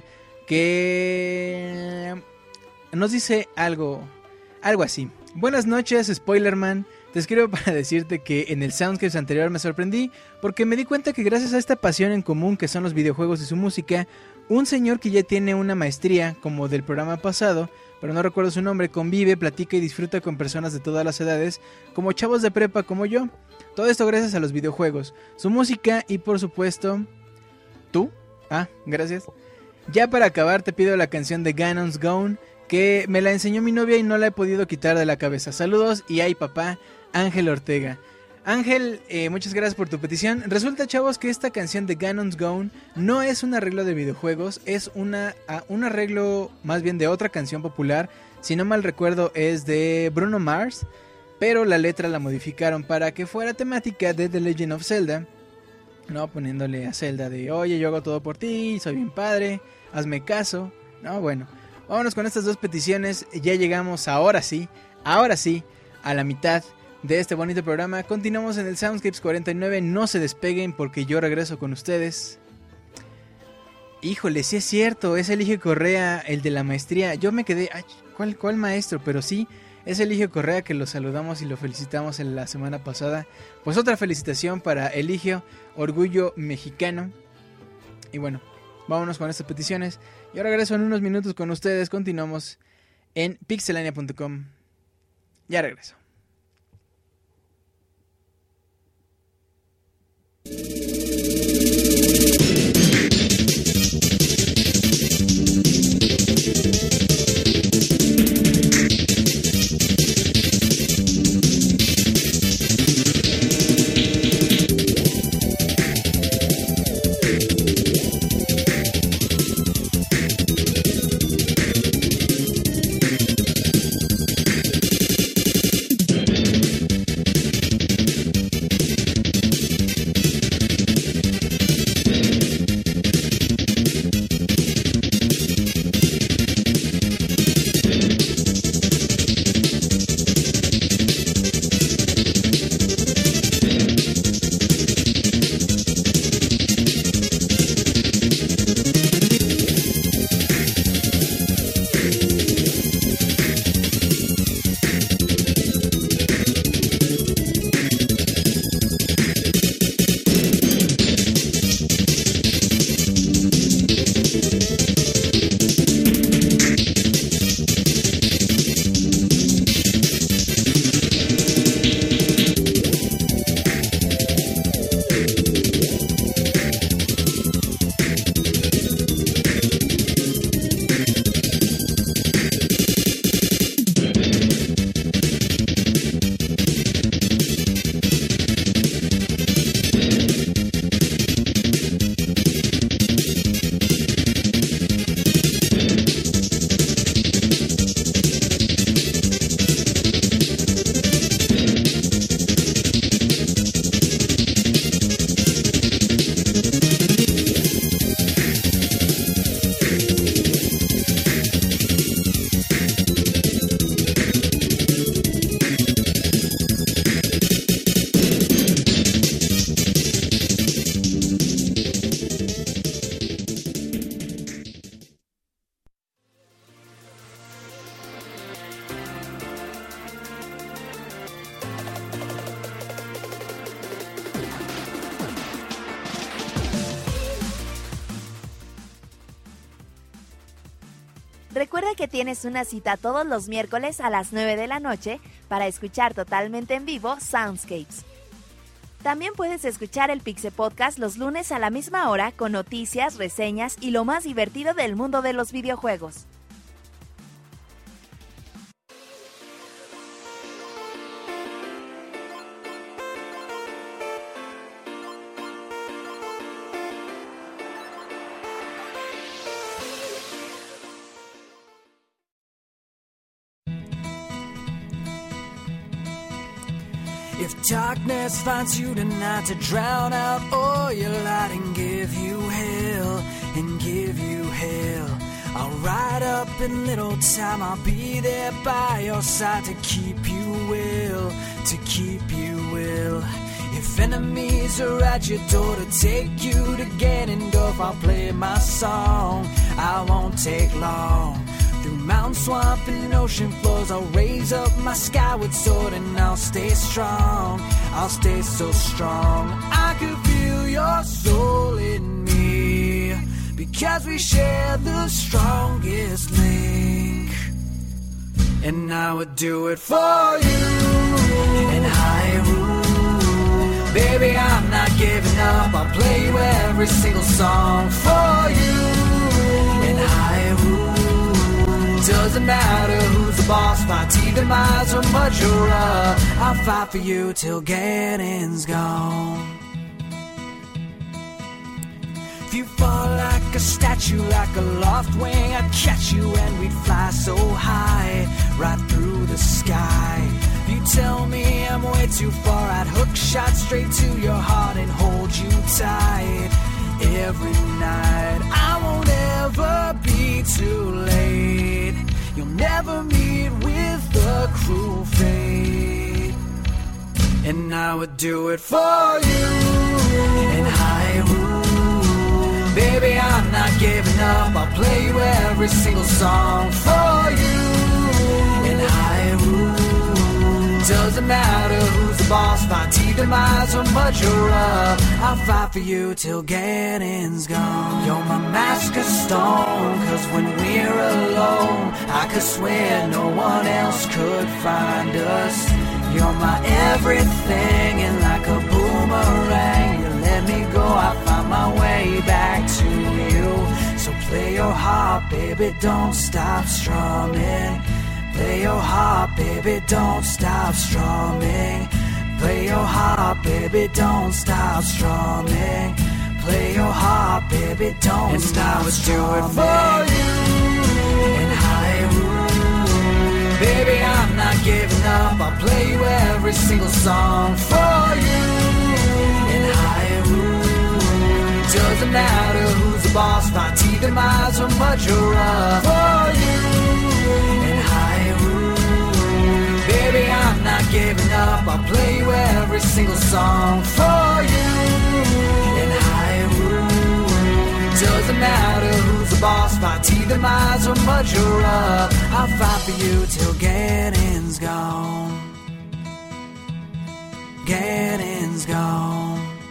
que nos dice algo, algo así. Buenas noches, Spoilerman. Te escribo para decirte que en el Soundscapes anterior me sorprendí porque me di cuenta que gracias a esta pasión en común que son los videojuegos y su música, un señor que ya tiene una maestría, como del programa pasado, pero no recuerdo su nombre, convive, platica y disfruta con personas de todas las edades, como chavos de prepa como yo. Todo esto gracias a los videojuegos, su música y por supuesto, tú. Ah, gracias. Ya para acabar te pido la canción de Ganon's Gone, que me la enseñó mi novia y no la he podido quitar de la cabeza. Saludos y ay papá, Ángel Ortega. Ángel, eh, muchas gracias por tu petición. Resulta, chavos, que esta canción de Ganon's Gone no es un arreglo de videojuegos, es una, uh, un arreglo más bien de otra canción popular. Si no mal recuerdo es de Bruno Mars, pero la letra la modificaron para que fuera temática de The Legend of Zelda, no poniéndole a Zelda de oye, yo hago todo por ti, soy bien padre, hazme caso. No, bueno, vámonos con estas dos peticiones. Ya llegamos ahora sí, ahora sí, a la mitad de este bonito programa. Continuamos en el Soundscapes cuarenta y nueve. No se despeguen porque yo regreso con ustedes. Híjole, sí es cierto, es Eligio Correa, el de la maestría. Yo me quedé, ay, ¿cuál, cuál maestro? Pero sí, es Eligio Correa, que lo saludamos y lo felicitamos en la semana pasada. Pues otra felicitación para Eligio, orgullo mexicano. Y bueno, vámonos con estas peticiones. Yo regreso en unos minutos con ustedes. Continuamos en pixelania punto com. Ya regreso. Recuerda que tienes una cita todos los miércoles a las nueve de la noche para escuchar totalmente en vivo Soundscapes. También puedes escuchar el Pixel Podcast los lunes a la misma hora con noticias, reseñas y lo más divertido del mundo de los videojuegos. If darkness finds you tonight to drown out all your light and give you hell, and give you hell, I'll ride up in little time, I'll be there by your side to keep you well, to keep you well. If enemies are at your door to take you to Ganondorf, I'll play my song, I won't take long. Through mountain, swamp, and ocean floors, I'll raise up my skyward sword and I'll stay strong, I'll stay so strong. I could feel your soul in me, because we share the strongest link. And I would do it for you, and Hyrule, baby, I'm not giving up, I'll play you every single song for you. And Hyrule, doesn't matter who's the boss, fight either Miles or Majora, I'll fight for you till Ganon's gone. If you fall like a statue, like a loft wing, I'd catch you and we'd fly so high, right through the sky. If you tell me I'm way too far, I'd hook shot straight to your heart and hold you tight every night. I won't ever be too late, you'll never meet with the cruel fate. And I would do it for you, and Hyrule, baby, I'm not giving up, I'll play you every single song for you. And Hyrule, doesn't matter who's the boss, fight either Miles or Majora, I'll fight for you till Ganon's gone. You're my mask of stone, cause when we're alone, I could swear no one else could find us. You're my everything, and like a boomerang, you let me go, I find my way back to you. So play your heart, baby, don't stop strumming. Play your heart, baby, don't stop strumming. Play your heart, baby, don't stop strumming. Play your heart, baby, don't and stop strumming. And I would do it for you, and Hyrule, baby, I'm not giving up, I'll play you every single song for you. And Hyrule, doesn't matter who's the boss, fight either Miles or Majora for you. And Hyrule, baby, I'm not giving up, I'll play you every single song for you. And Hyrule, doesn't matter who's the boss, fight either Miles or Majora, I'll fight for you till Ganon's gone. Ganon's gone.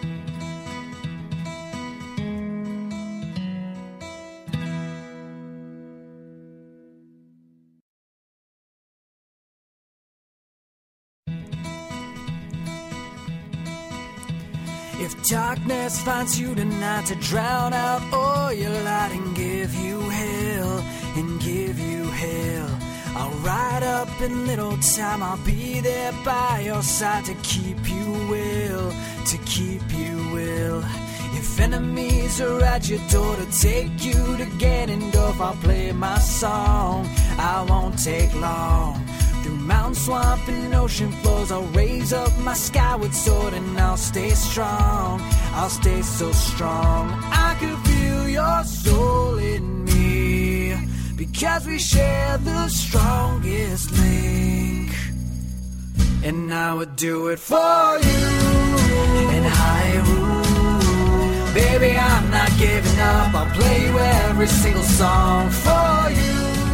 If darkness finds you tonight to drown out all your light and give you hell, and give you hell, I'll ride up in little time, I'll be there by your side to keep you well, to keep you well. If enemies are at your door to take you to Ganondorf, I'll play my song, I won't take long. Through mountain, swamp, and ocean floors, I'll raise up my skyward sword and I'll stay strong, I'll stay so strong. I could feel your soul in me, because we share the strongest link. And I would do it for you, and Hyrule, baby, I'm not giving up, I'll play you every single song for you.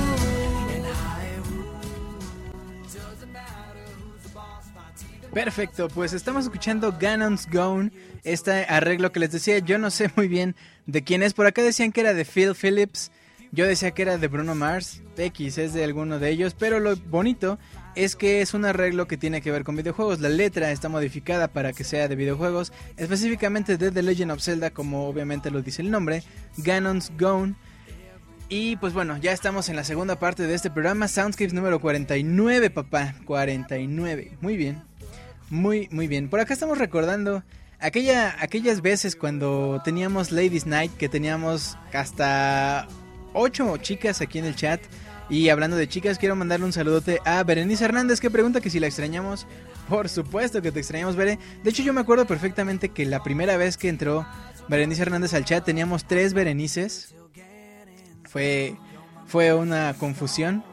Perfecto, pues estamos escuchando Ganon's Gone, este arreglo que les decía, yo no sé muy bien de quién es, por acá decían que era de Phil Phillips, yo decía que era de Bruno Mars, X es de alguno de ellos, pero lo bonito es que es un arreglo que tiene que ver con videojuegos, la letra está modificada para que sea de videojuegos, específicamente de The Legend of Zelda, como obviamente lo dice el nombre, Ganon's Gone. Y pues bueno, ya estamos en la segunda parte de este programa, Soundscapes número cuarenta y nueve, papá, cuarenta y nueve, muy bien. Muy, muy bien. Por acá estamos recordando aquella, aquellas veces cuando teníamos Ladies Night, que teníamos hasta ocho chicas aquí en el chat. Y hablando de chicas, quiero mandarle un saludote a Berenice Hernández, que pregunta que si la extrañamos. Por supuesto que te extrañamos, Bere. De hecho, yo me acuerdo perfectamente que la primera vez que entró Berenice Hernández al chat teníamos tres Berenices. Fue, fue una confusión.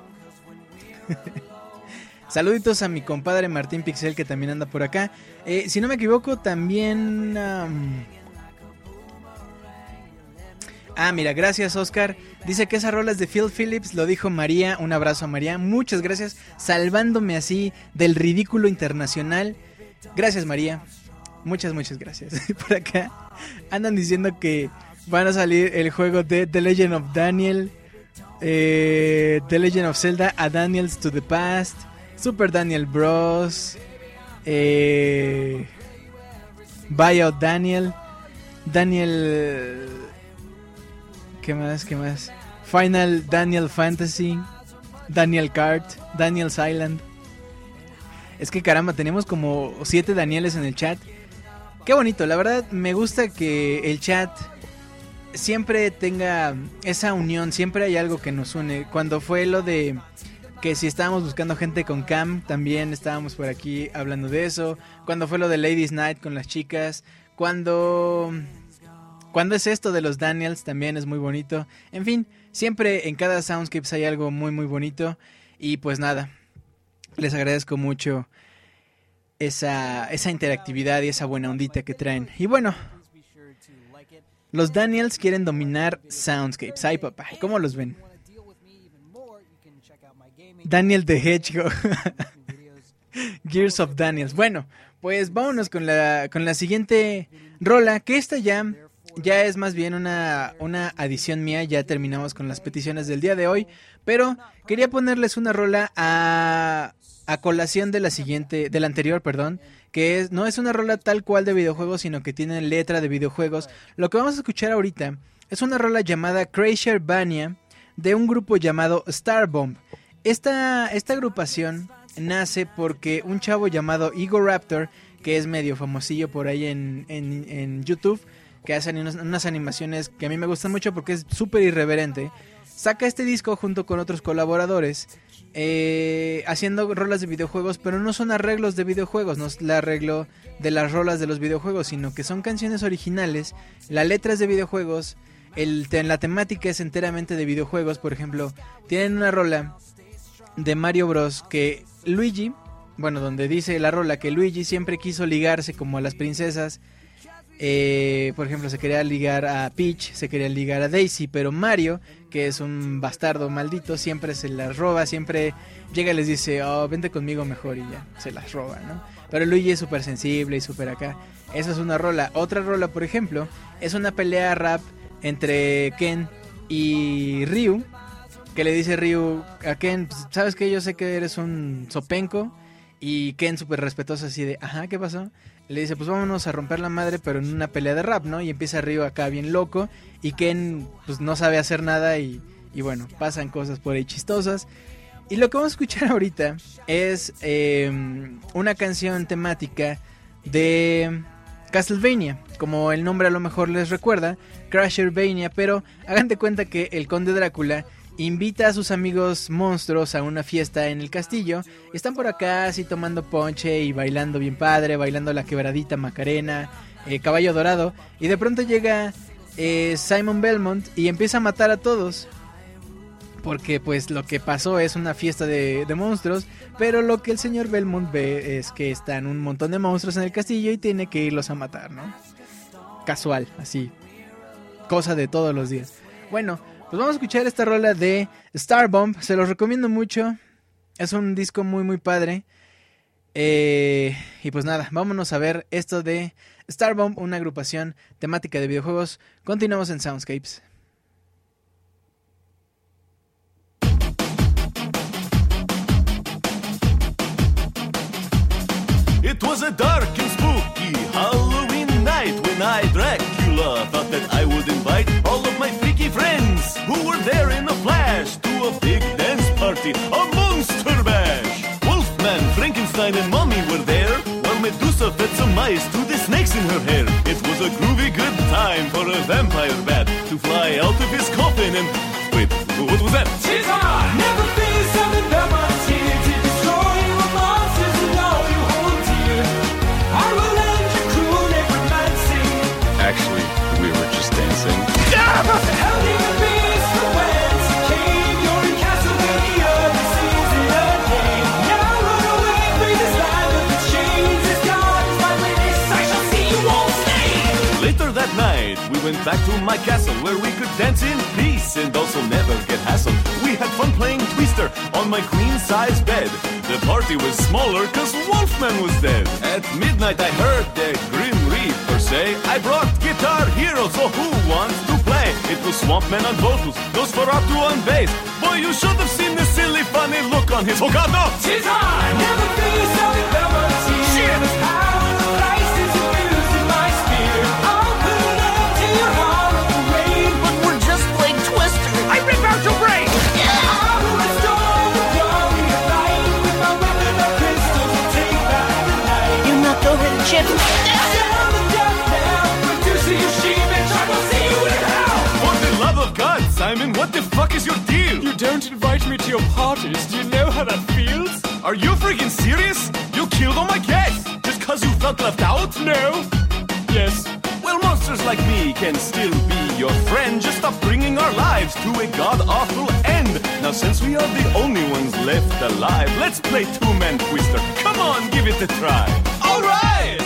Saluditos a mi compadre Martín Pixel, que también anda por acá. Eh, si no me equivoco, también... Um... Ah, mira, gracias Oscar. Dice que esa rola es de Phil Phillips, lo dijo María. Un abrazo a María, muchas gracias. Salvándome así del ridículo internacional. Gracias María, muchas, muchas gracias. Por acá andan diciendo que van a salir el juego de The Legend of Daniel, eh, The Legend of Zelda, A Daniel's to the Past, Super Daniel Bros, eh, Buyout Daniel, Daniel... ¿Qué más? ¿Qué más? Final Daniel Fantasy, Daniel Kart, Daniel's Island. Es que caramba, tenemos como siete Danieles en el chat. Qué bonito, la verdad me gusta que el chat siempre tenga esa unión, siempre hay algo que nos une. Cuando fue lo de que si estábamos buscando gente con cam, también estábamos por aquí hablando de eso. Cuando fue lo de Ladies Night con las chicas, cuando... Cuando es esto de los Daniels también es muy bonito. En fin, siempre en cada Soundscapes hay algo muy muy bonito. Y pues nada, les agradezco mucho esa, esa interactividad y esa buena ondita que traen. Y bueno, los Daniels quieren dominar Soundscapes. Ay papá, ¿cómo los ven? Daniel the Hedgehog. Gears of Daniels. Bueno, pues vámonos con la, con la siguiente rola, que esta ya... Ya es más bien una, una adición mía. Ya terminamos con las peticiones del día de hoy, pero quería ponerles una rola a, a colación de la siguiente, de la anterior, perdón, que es, no es una rola tal cual de videojuegos, sino que tiene letra de videojuegos. Lo que vamos a escuchar ahorita es una rola llamada Crashervania de un grupo llamado Starbomb. Esta, esta agrupación nace porque un chavo llamado Igor Raptor, que es medio famosillo por ahí en, en, en YouTube, que hacen unas, unas animaciones que a mí me gustan mucho porque es súper irreverente, saca este disco junto con otros colaboradores, eh, haciendo rolas de videojuegos, pero no son arreglos de videojuegos, no es el arreglo de las rolas de los videojuegos, sino que son canciones originales, la letra es de videojuegos, el, la temática es enteramente de videojuegos. Por ejemplo, tienen una rola de Mario Bros. Que Luigi, bueno, donde dice la rola que Luigi siempre quiso ligarse como a las princesas. Eh, por ejemplo, se quería ligar a Peach, se quería ligar a Daisy, pero Mario, que es un bastardo maldito, siempre se las roba, siempre llega y les dice, oh, vente conmigo mejor, y ya, se las roba, ¿no? Pero Luigi es súper sensible y súper acá. Esa es una rola. Otra rola, por ejemplo, es una pelea rap entre Ken y Ryu, que le dice Ryu a Ken, pues, ¿sabes qué? Yo sé que eres un sopenco. Y Ken súper respetuoso así de, ajá, ¿qué pasó? Le dice, pues vámonos a romper la madre, pero en una pelea de rap, ¿no? Y empieza Ryu acá bien loco, y Ken pues no sabe hacer nada, y, y bueno, pasan cosas por ahí chistosas. Y lo que vamos a escuchar ahorita es eh, una canción temática de Castlevania, como el nombre a lo mejor les recuerda, Crashervania, pero hagan de cuenta que el conde Drácula invita a sus amigos monstruos a una fiesta en el castillo. Están por acá así tomando ponche y bailando bien padre, bailando la quebradita Macarena, eh, Caballo Dorado. Y de pronto llega eh, Simon Belmont y empieza a matar a todos. Porque pues lo que pasó es una fiesta de, de monstruos. Pero lo que el señor Belmont ve es que están un montón de monstruos en el castillo y tiene que irlos a matar, ¿no? Casual, así. Cosa de todos los días. Bueno, pues vamos a escuchar esta rola de Starbomb. Se los recomiendo mucho. Es un disco muy muy padre. Eh, y pues nada, vámonos a ver esto de Starbomb, una agrupación temática de videojuegos. Continuamos en Soundscapes. It was a dark and spooky Halloween night when I, Dracula, thought that I would invite all of my freaky friends who were there in a flash to a big dance party, a monster bash. Wolfman, Frankenstein and Mummy were there, while Medusa fed some mice to the snakes in her hair. It was a groovy good time for a vampire bat to fly out of his coffin and... Wait, what was that? Tis I never feel something about my tear to destroy your monsters and all you hold dear. I will end your cruel necromancy. Actually, we were just dancing. The hell do you beast from whence you came? You're in Castlevania, this is an game. Now run away, free this land of the chains. As God is my witness, I shall see you won't stay. Later that night, we went back to my castle where we could dance in peace and also never get hassled. We had fun playing Twister on my queen-size bed. The party was smaller cause Wolfman was dead. At midnight I heard the Grim Reaper say, I brought Guitar Hero, so who wants to play? It was Swampman on vocals, Nosferatu on bass. Boy, you should have seen the silly funny look on his... Oh God, no! Tis I never feel something about my tear. Shit! The power of Christ is infused in my spear. I'll put an end to your horrible reign. But we're just playing Twister. I rip out your brain. I will restore the glory of light. With my weapon of crystals, I'll take back the night. You knocked over the chip. Down the death now, reduce your sheep and I will see you in hell. For the love of God, Simon, what the fuck is your deal? You don't invite me to your parties. Do you know how that feels? Are you freaking serious? You killed all my cats just cause you felt left out? No. Yes. Well, monsters like me can still be your friend. Just stop bringing our lives to a god-awful end. Now, since we are the only ones left alive, let's play two-man Twister. Come on, give it a try. All right!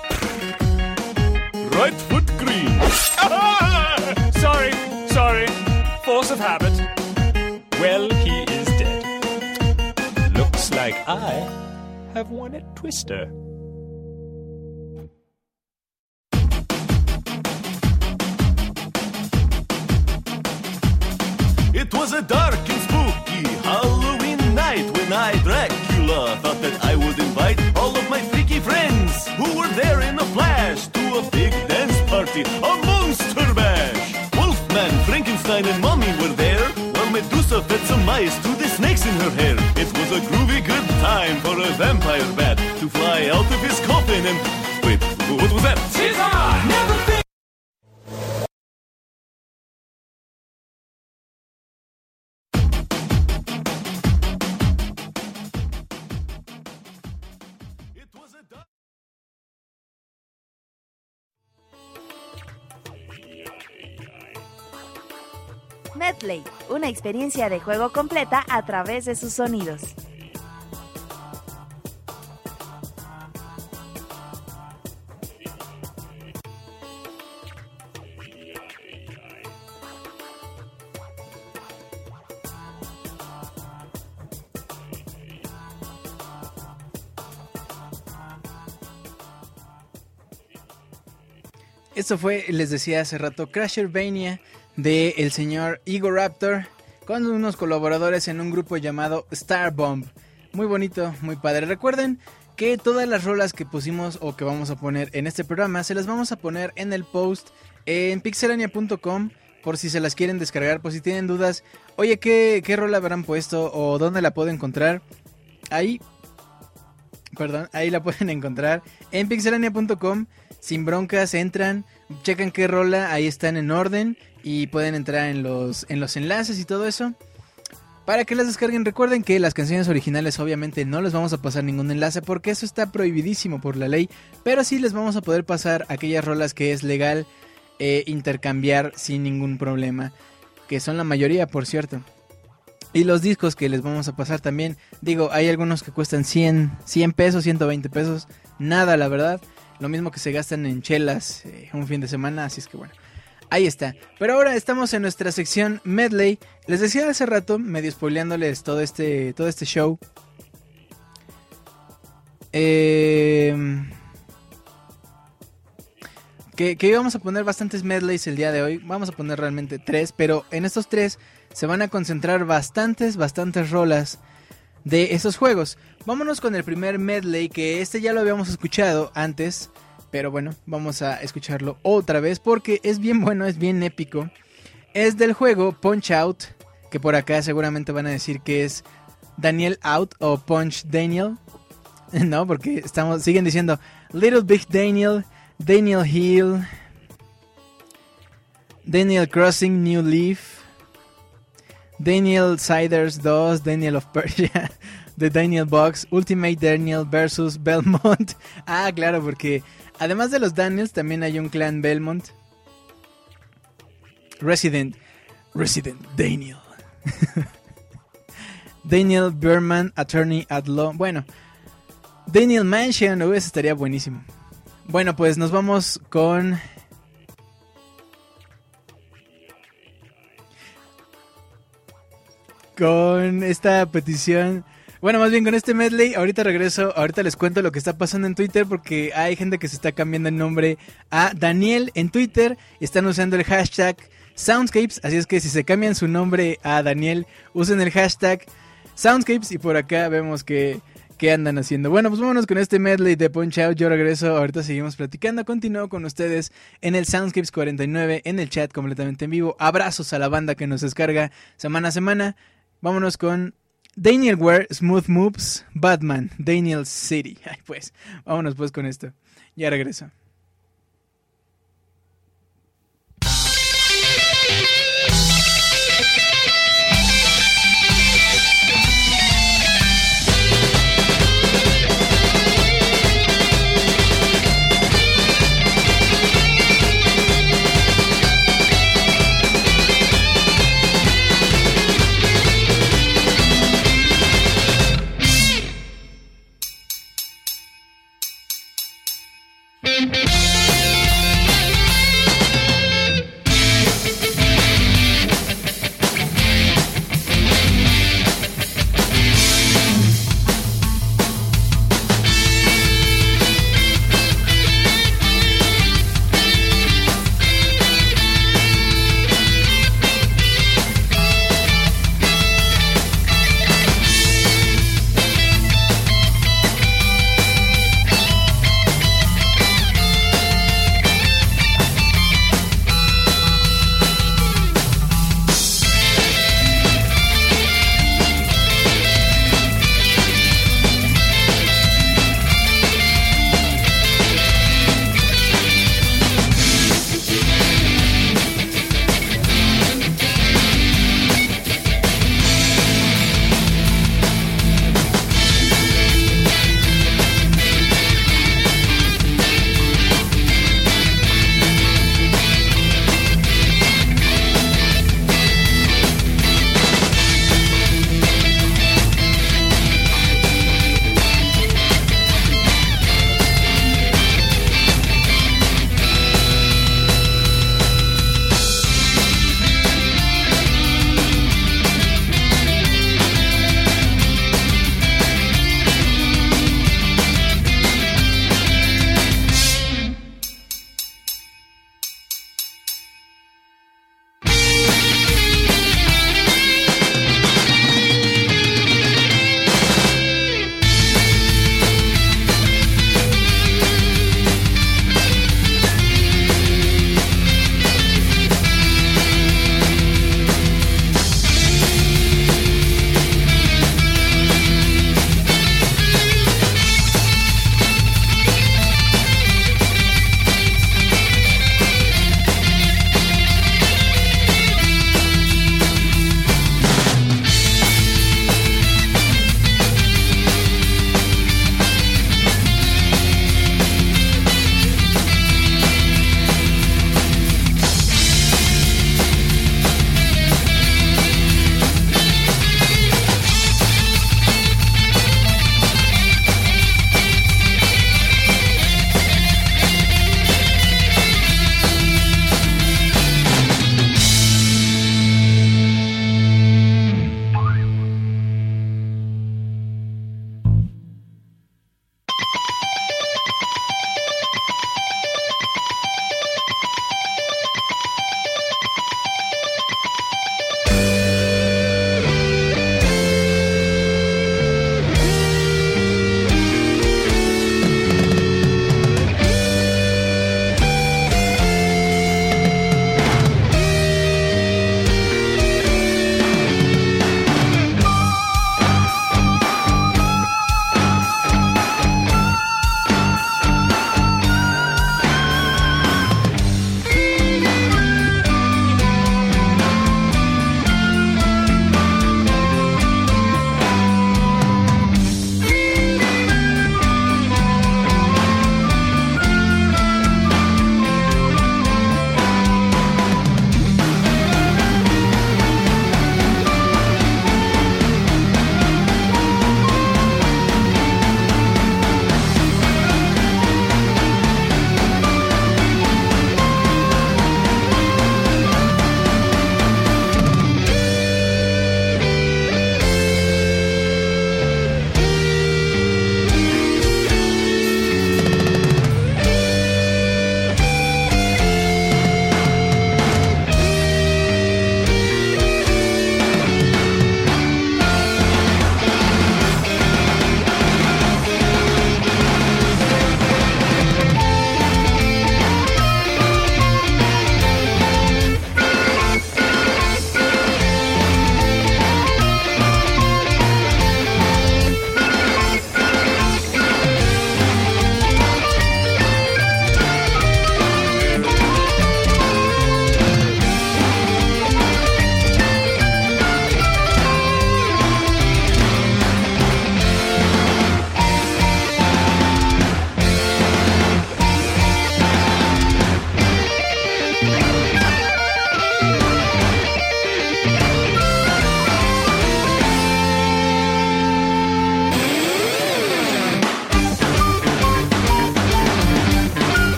Right foot green. Sorry, sorry. Force of habit. Well, he is dead. Looks like I have won at Twister. It was a dark and spooky Halloween night when I, Dracula, thought that I would invite all of my freaky friends who were there in a flash to a big dance party, a monster bash. Wolfman, Frankenstein, and Mommy were there, while Medusa fed some mice to the snakes in her hair. It was a groovy good time for a vampire bat to fly out of his coffin and... Wait, what was that? Tis I never feel. Medley, una experiencia de juego completa a través de sus sonidos. Esto fue, les decía hace rato, Crashervania de el señor Egoraptor con unos colaboradores en un grupo llamado Starbomb. Muy bonito, muy padre. Recuerden que todas las rolas que pusimos o que vamos a poner en este programa se las vamos a poner en el post en pixelania punto com por si se las quieren descargar, por si tienen dudas. Oye, ¿qué, qué rola habrán puesto o dónde la puedo encontrar? Ahí, perdón, ahí la pueden encontrar en pixelania punto com. Sin broncas, entran, checan qué rola, ahí están en orden y pueden entrar en los, en los enlaces y todo eso para que las descarguen. Recuerden que las canciones originales obviamente no les vamos a pasar ningún enlace porque eso está prohibidísimo por la ley, pero sí les vamos a poder pasar aquellas rolas que es legal eh, intercambiar sin ningún problema, que son la mayoría, por cierto. Y los discos que les vamos a pasar también, digo, hay algunos que cuestan cien, cien pesos, ciento veinte pesos, nada la verdad. Lo mismo que se gastan en chelas eh, un fin de semana, así es que bueno, ahí está. Pero ahora estamos en nuestra sección Medley. Les decía hace rato, medio spoileándoles todo este, todo este show. Eh, que, que íbamos a poner bastantes medleys el día de hoy. Vamos a poner realmente tres, pero en estos tres se van a concentrar bastantes, bastantes rolas de esos juegos. Vámonos con el primer medley, que este ya lo habíamos escuchado antes, pero bueno, vamos a escucharlo otra vez porque es bien bueno, es bien épico. Es del juego Punch Out, que por acá seguramente van a decir que es Daniel Out o Punch Daniel. No, porque estamos, siguen diciendo Little Big Daniel, Daniel Hill, Daniel Crossing New Leaf, Daniel Siders dos, Daniel of Persia, The Daniel Box, Ultimate Daniel versus Belmont. Ah, claro, porque además de los Daniels también hay un clan Belmont. Resident, Resident Daniel. Daniel Berman, Attorney at Law. Bueno, Daniel Mansion, uh, eso estaría buenísimo. Bueno, pues nos vamos con... Con esta petición... Bueno, más bien con este medley. Ahorita regreso, ahorita les cuento lo que está pasando en Twitter, porque hay gente que se está cambiando el nombre a Daniel en Twitter. Están usando el hashtag Soundscapes, así es que si se cambian su nombre a Daniel, usen el hashtag Soundscapes y por acá vemos que... ¿Qué andan haciendo? Bueno, pues vámonos con este medley de Punch Out. Yo regreso, ahorita seguimos platicando. Continúo con ustedes en el Soundscapes cuarenta y nueve, en el chat completamente en vivo. Abrazos a la banda que nos descarga semana a semana. Vámonos con Daniel Ware, Smooth Moves, Batman, Daniel City. Ay, pues, vámonos pues con esto. Ya regreso. Thank you.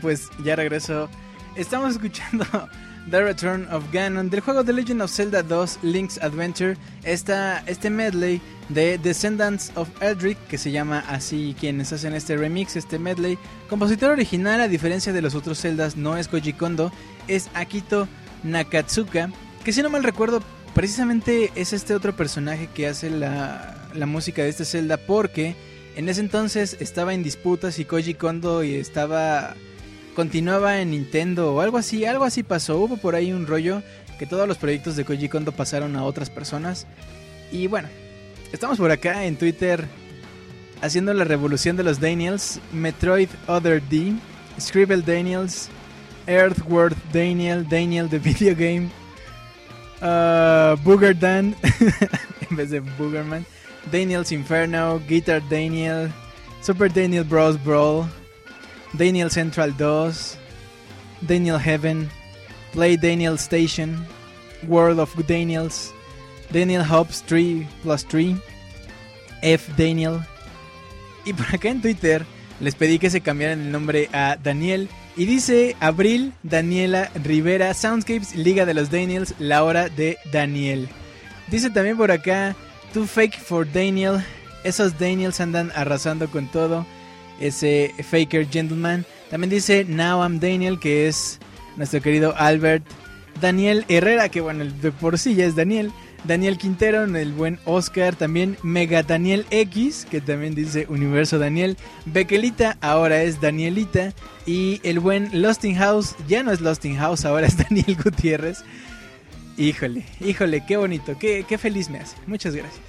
pues ya regreso. Estamos escuchando The Return of Ganon del juego The Legend of Zelda dos Link's Adventure. Esta, este medley de Descendants of Eldritch, que se llama así quienes hacen este remix, este medley. Compositor original, a diferencia de los otros Zeldas, no es Koji Kondo, es Akito Nakatsuka, que si no mal recuerdo, precisamente es este otro personaje que hace la, la música de este Zelda, porque en ese entonces estaba en disputas y Koji Kondo y estaba... continuaba en Nintendo o algo así, algo así pasó. Hubo por ahí un rollo que todos los proyectos de Koji Kondo pasaron a otras personas. Y bueno, estamos por acá en Twitter haciendo la revolución de los Daniels. Metroid Other D, Scribble Daniels, Earthworld Daniel, Daniel the Video Game, uh, Booger Dan en vez de Boogerman, Daniel's Inferno, Guitar Daniel, Super Daniel Bros Brawl, Daniel Central dos, Daniel Heaven, Play Daniel Station, World of Daniels, Daniel Hobbs tres plus tres, F Daniel. Y por acá en Twitter les pedí que se cambiaran el nombre a Daniel. Y dice Abril Daniela Rivera, Soundscapes, Liga de los Daniels, la hora de Daniel. Dice también por acá, Too Fake for Daniel, esos Daniels andan arrasando con todo. Ese Faker Gentleman. También dice Now I'm Daniel, que es nuestro querido Albert. Daniel Herrera, que bueno, de por sí ya es Daniel. Daniel Quintero, el buen Oscar. También Mega Daniel X, que también dice Universo Daniel. Bequelita, ahora es Danielita. Y el buen Losting House, ya no es Losting House, ahora es Daniel Gutiérrez. Híjole, híjole, qué bonito, qué, qué feliz me hace. Muchas gracias.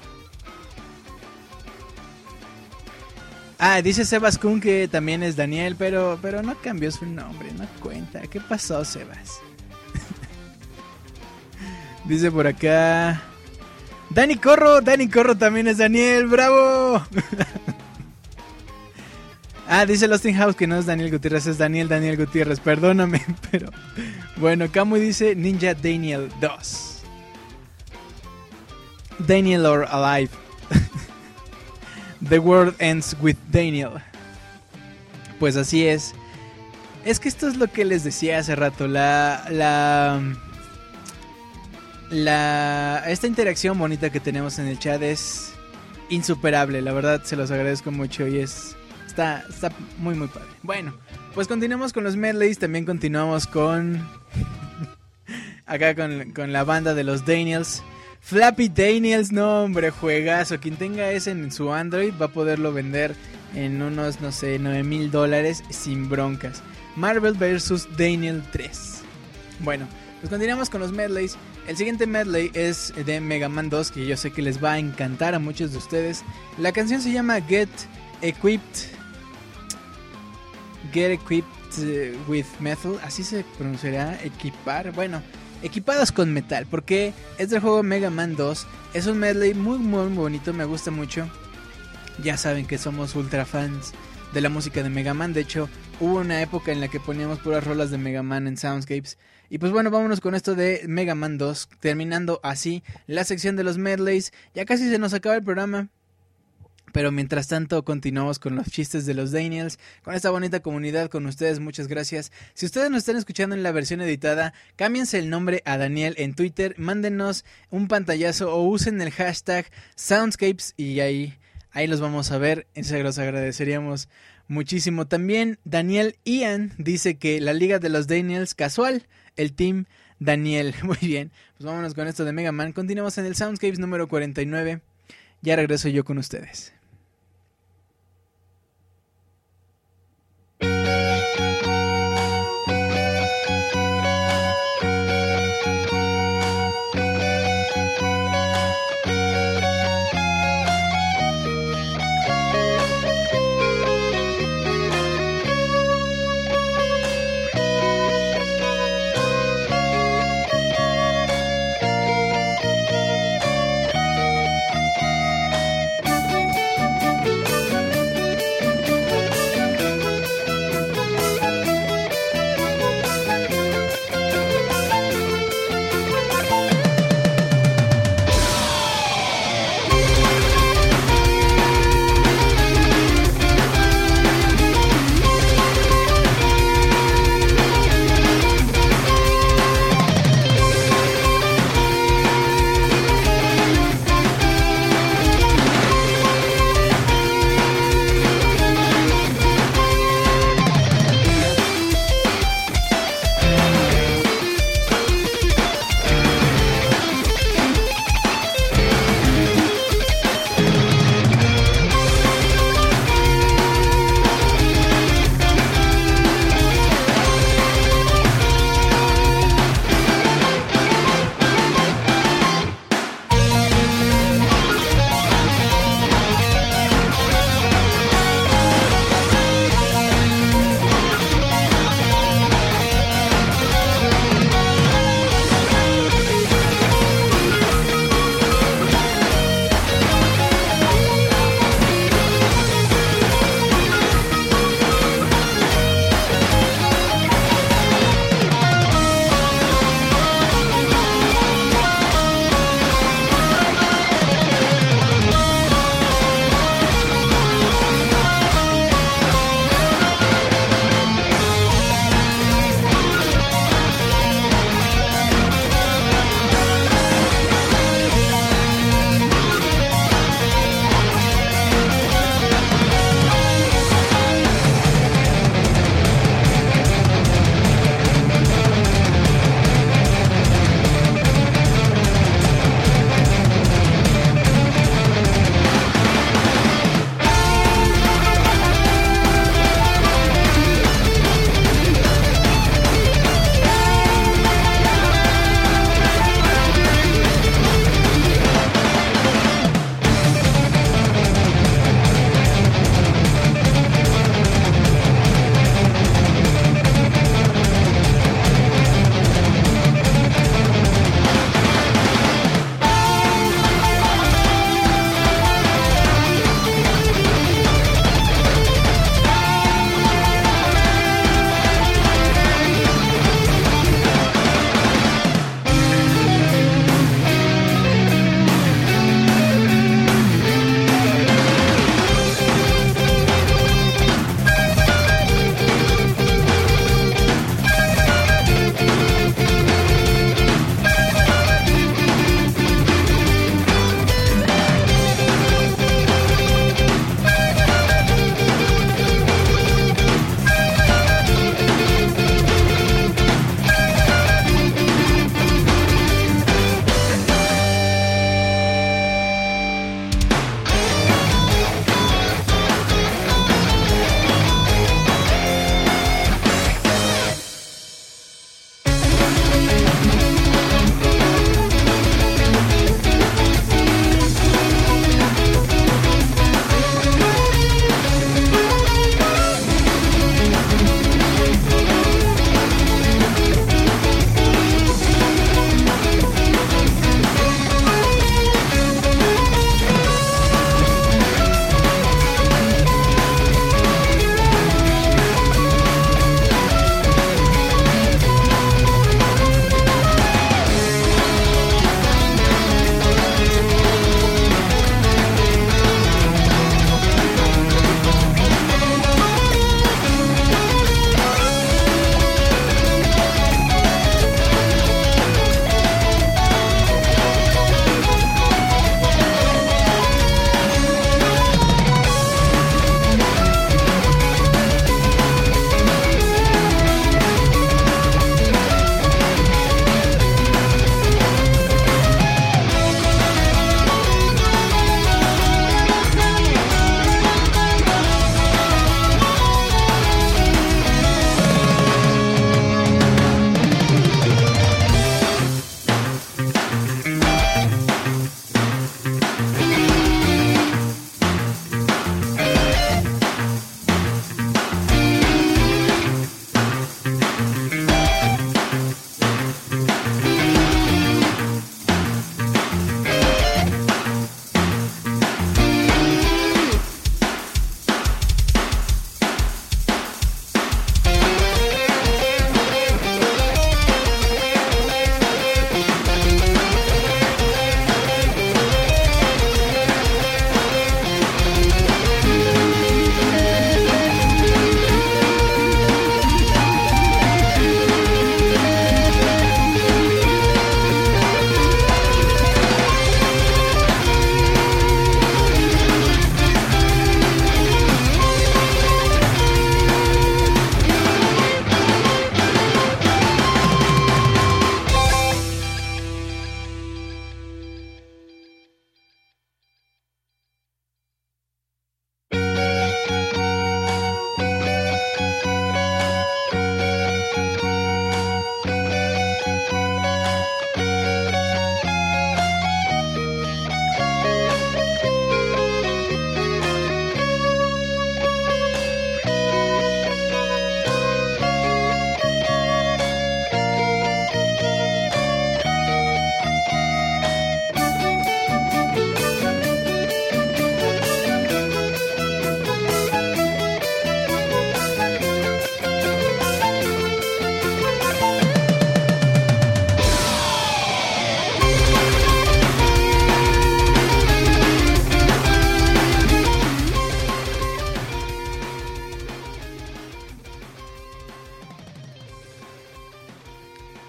Ah, dice Sebas Kun que también es Daniel, pero, pero no cambió su nombre, no cuenta. ¿Qué pasó, Sebas? Dice por acá... Dani Corro, Dani Corro también es Daniel, ¡bravo! Ah, dice Losting House que no es Daniel Gutiérrez, es Daniel Daniel Gutiérrez, perdóname, pero... Bueno, Camu dice Ninja Daniel dos. Daniel or Alive. The World Ends with Daniel. Pues así es. Es que esto es lo que les decía hace rato. La, la, la, esta interacción bonita que tenemos en el chat es insuperable. La verdad se los agradezco mucho y es está, está muy muy padre. Bueno, pues continuamos con los medleys. También continuamos con acá con, con la banda de los Daniels. Flappy Daniels, no hombre, juegazo. Quien tenga ese en su Android va a poderlo vender en unos, no sé, nueve mil dólares sin broncas. Marvel versus. Daniel tres. Bueno, pues continuamos con los medleys. El siguiente medley es de Mega Man dos, que yo sé que les va a encantar a muchos de ustedes. La canción se llama Get Equipped Get Equipped with Metal, así se pronunciará, equipar, bueno, equipados con metal, porque es del juego Mega Man dos. Es un medley muy muy bonito, me gusta mucho. Ya saben que somos ultra fans de la música de Mega Man. De hecho, hubo una época en la que poníamos puras rolas de Mega Man en Soundscapes. Y pues bueno, vámonos con esto de Mega Man dos, terminando así la sección de los medleys. Ya casi se nos acaba el programa, pero mientras tanto continuamos con los chistes de los Daniels, con esta bonita comunidad, con ustedes, muchas gracias. Si ustedes nos están escuchando en la versión editada, cámbiense el nombre a Daniel en Twitter, mándenos un pantallazo o usen el hashtag Soundscapes y ahí, ahí los vamos a ver, se los agradeceríamos muchísimo. También Daniel Ian dice que la Liga de los Daniels casual, el team Daniel. Muy bien, pues vámonos con esto de Mega Man, continuamos en el Soundscapes número cuarenta y nueve, ya regreso yo con ustedes.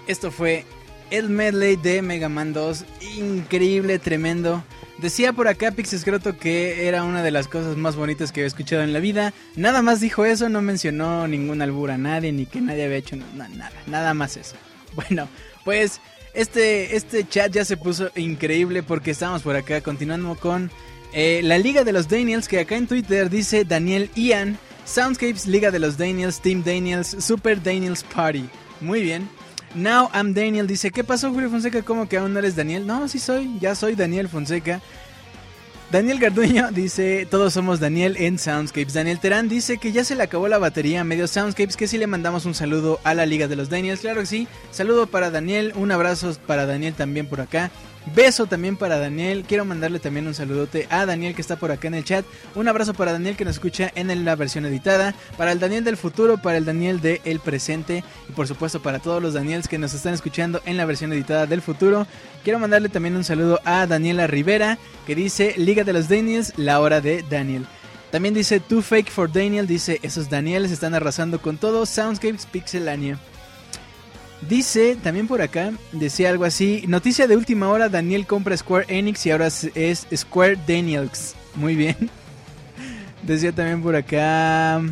Esto fue el medley de Mega Man dos, increíble, tremendo. Decía por acá Pixescroto que era una de las cosas más bonitas que había escuchado en la vida. Nada más dijo eso, no mencionó ningún albur a nadie, ni que nadie había hecho no, nada, nada más eso. Bueno, pues este, este chat ya se puso increíble porque estamos por acá continuando con eh, la Liga de los Daniels, que acá en Twitter dice Daniel Ian, Soundscapes, Liga de los Daniels, Team Daniels, Super Daniels Party. Muy bien. Now I'm Daniel dice, ¿qué pasó, Julio Fonseca? ¿Cómo que aún no eres Daniel? No, sí soy, ya soy Daniel Fonseca. Daniel Garduño dice, todos somos Daniel en Soundscapes. Daniel Terán dice que ya se le acabó la batería a medio Soundscapes, que sí le mandamos un saludo a la Liga de los Daniels. Claro que sí, saludo para Daniel, un abrazo para Daniel también por acá. Beso también para Daniel, quiero mandarle también un saludote a Daniel que está por acá en el chat. Un abrazo para Daniel que nos escucha en la versión editada, para el Daniel del futuro, para el Daniel del presente y por supuesto para todos los Daniels que nos están escuchando en la versión editada del futuro. Quiero mandarle también un saludo a Daniela Rivera que dice Liga de los Daniels, la hora de Daniel. También dice Too Fake for Daniel, dice esos Danieles están arrasando con todo, Soundscapes Pixelania. Dice, también por acá, decía algo así, noticia de última hora, Daniel compra Square Enix y ahora es Square Daniels. Muy bien. Decía también por acá,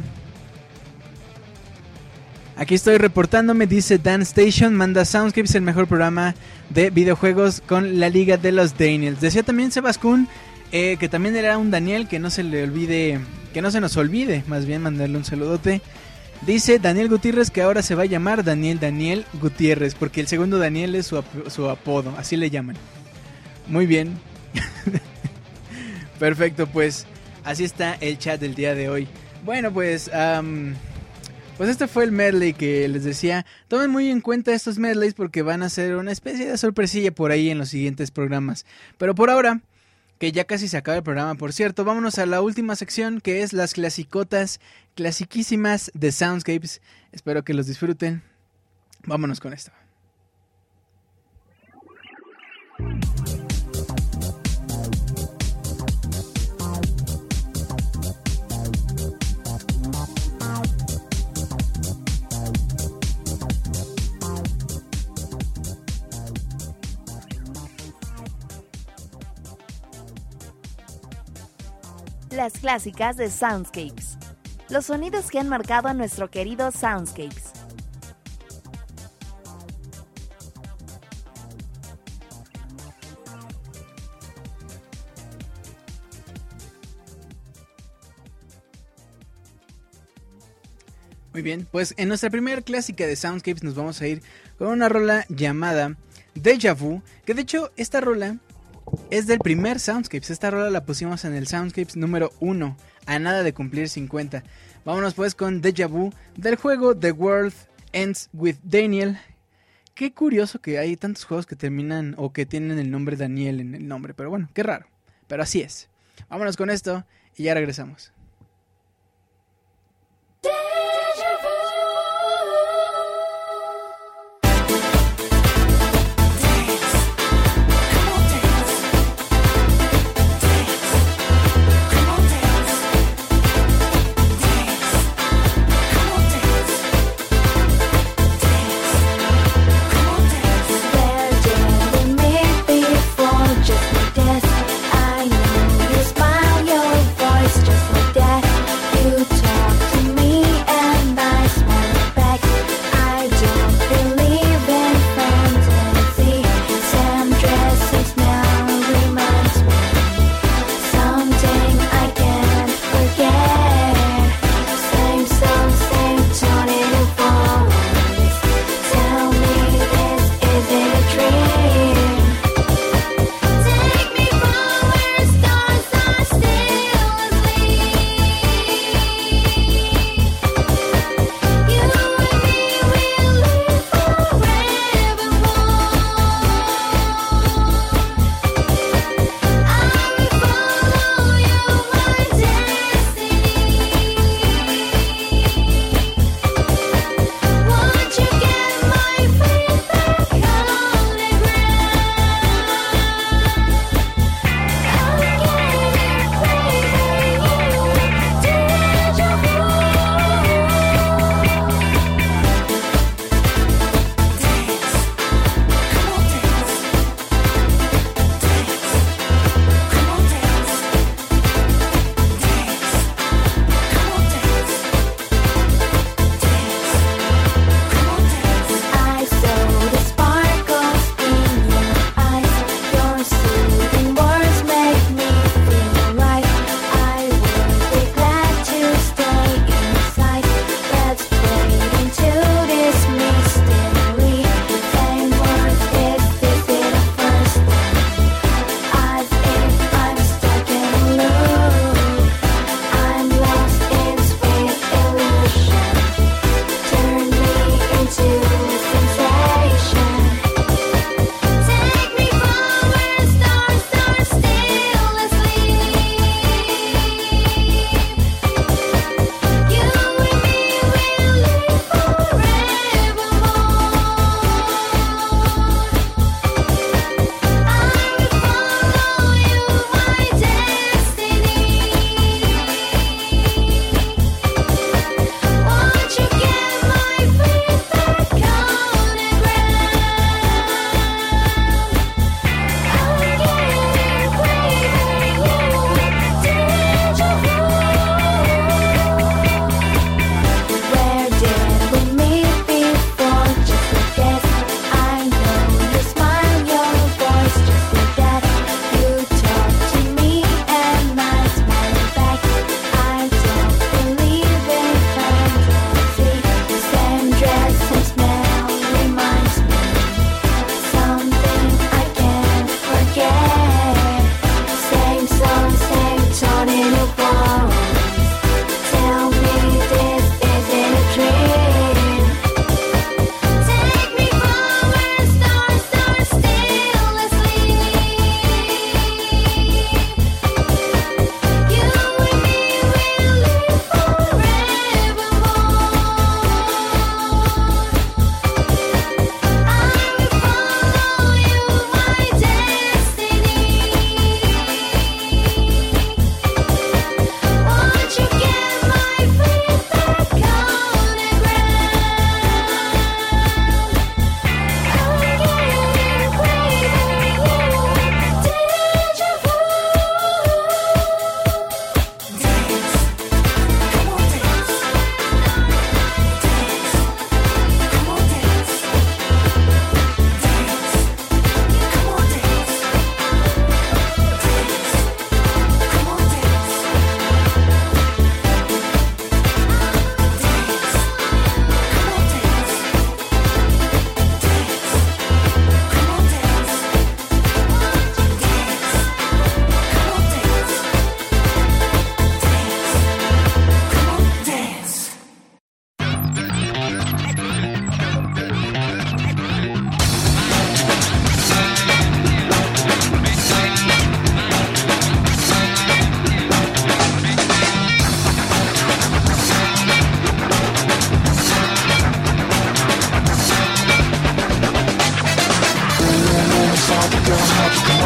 aquí estoy reportándome, dice Dan Station, manda Soundscapes el mejor programa de videojuegos con la Liga de los Daniels. Decía también Sebascún, eh, que también era un Daniel, que no se le olvide, que no se nos olvide, más bien mandarle un saludote. Dice Daniel Gutiérrez que ahora se va a llamar Daniel Daniel Gutiérrez, porque el segundo Daniel es su, ap- su apodo, así le llaman. Muy bien. Perfecto, pues así está el chat del día de hoy. Bueno, pues um, pues este fue el medley que les decía. Tomen muy en cuenta estos medleys porque van a ser una especie de sorpresilla por ahí en los siguientes programas. Pero por ahora, que ya casi se acaba el programa, por cierto, vámonos a la última sección, que es las clasicotas, clasiquísimas de Soundscapes. Espero que los disfruten. Vámonos con esto. Las clásicas de Soundscapes. Los sonidos que han marcado a nuestro querido Soundscapes. Muy bien, pues en nuestra primera clásica de Soundscapes nos vamos a ir con una rola llamada Deja Vu, que de hecho esta rola es del primer Soundscapes. Esta rola la pusimos en el Soundscapes número uno, a nada de cumplir cincuenta. Vámonos pues con Deja Vu del juego The World Ends With Daniel. Qué curioso que hay tantos juegos que terminan o que tienen el nombre Daniel en el nombre, pero bueno, qué raro, pero así es. Vámonos con esto y ya regresamos. Just like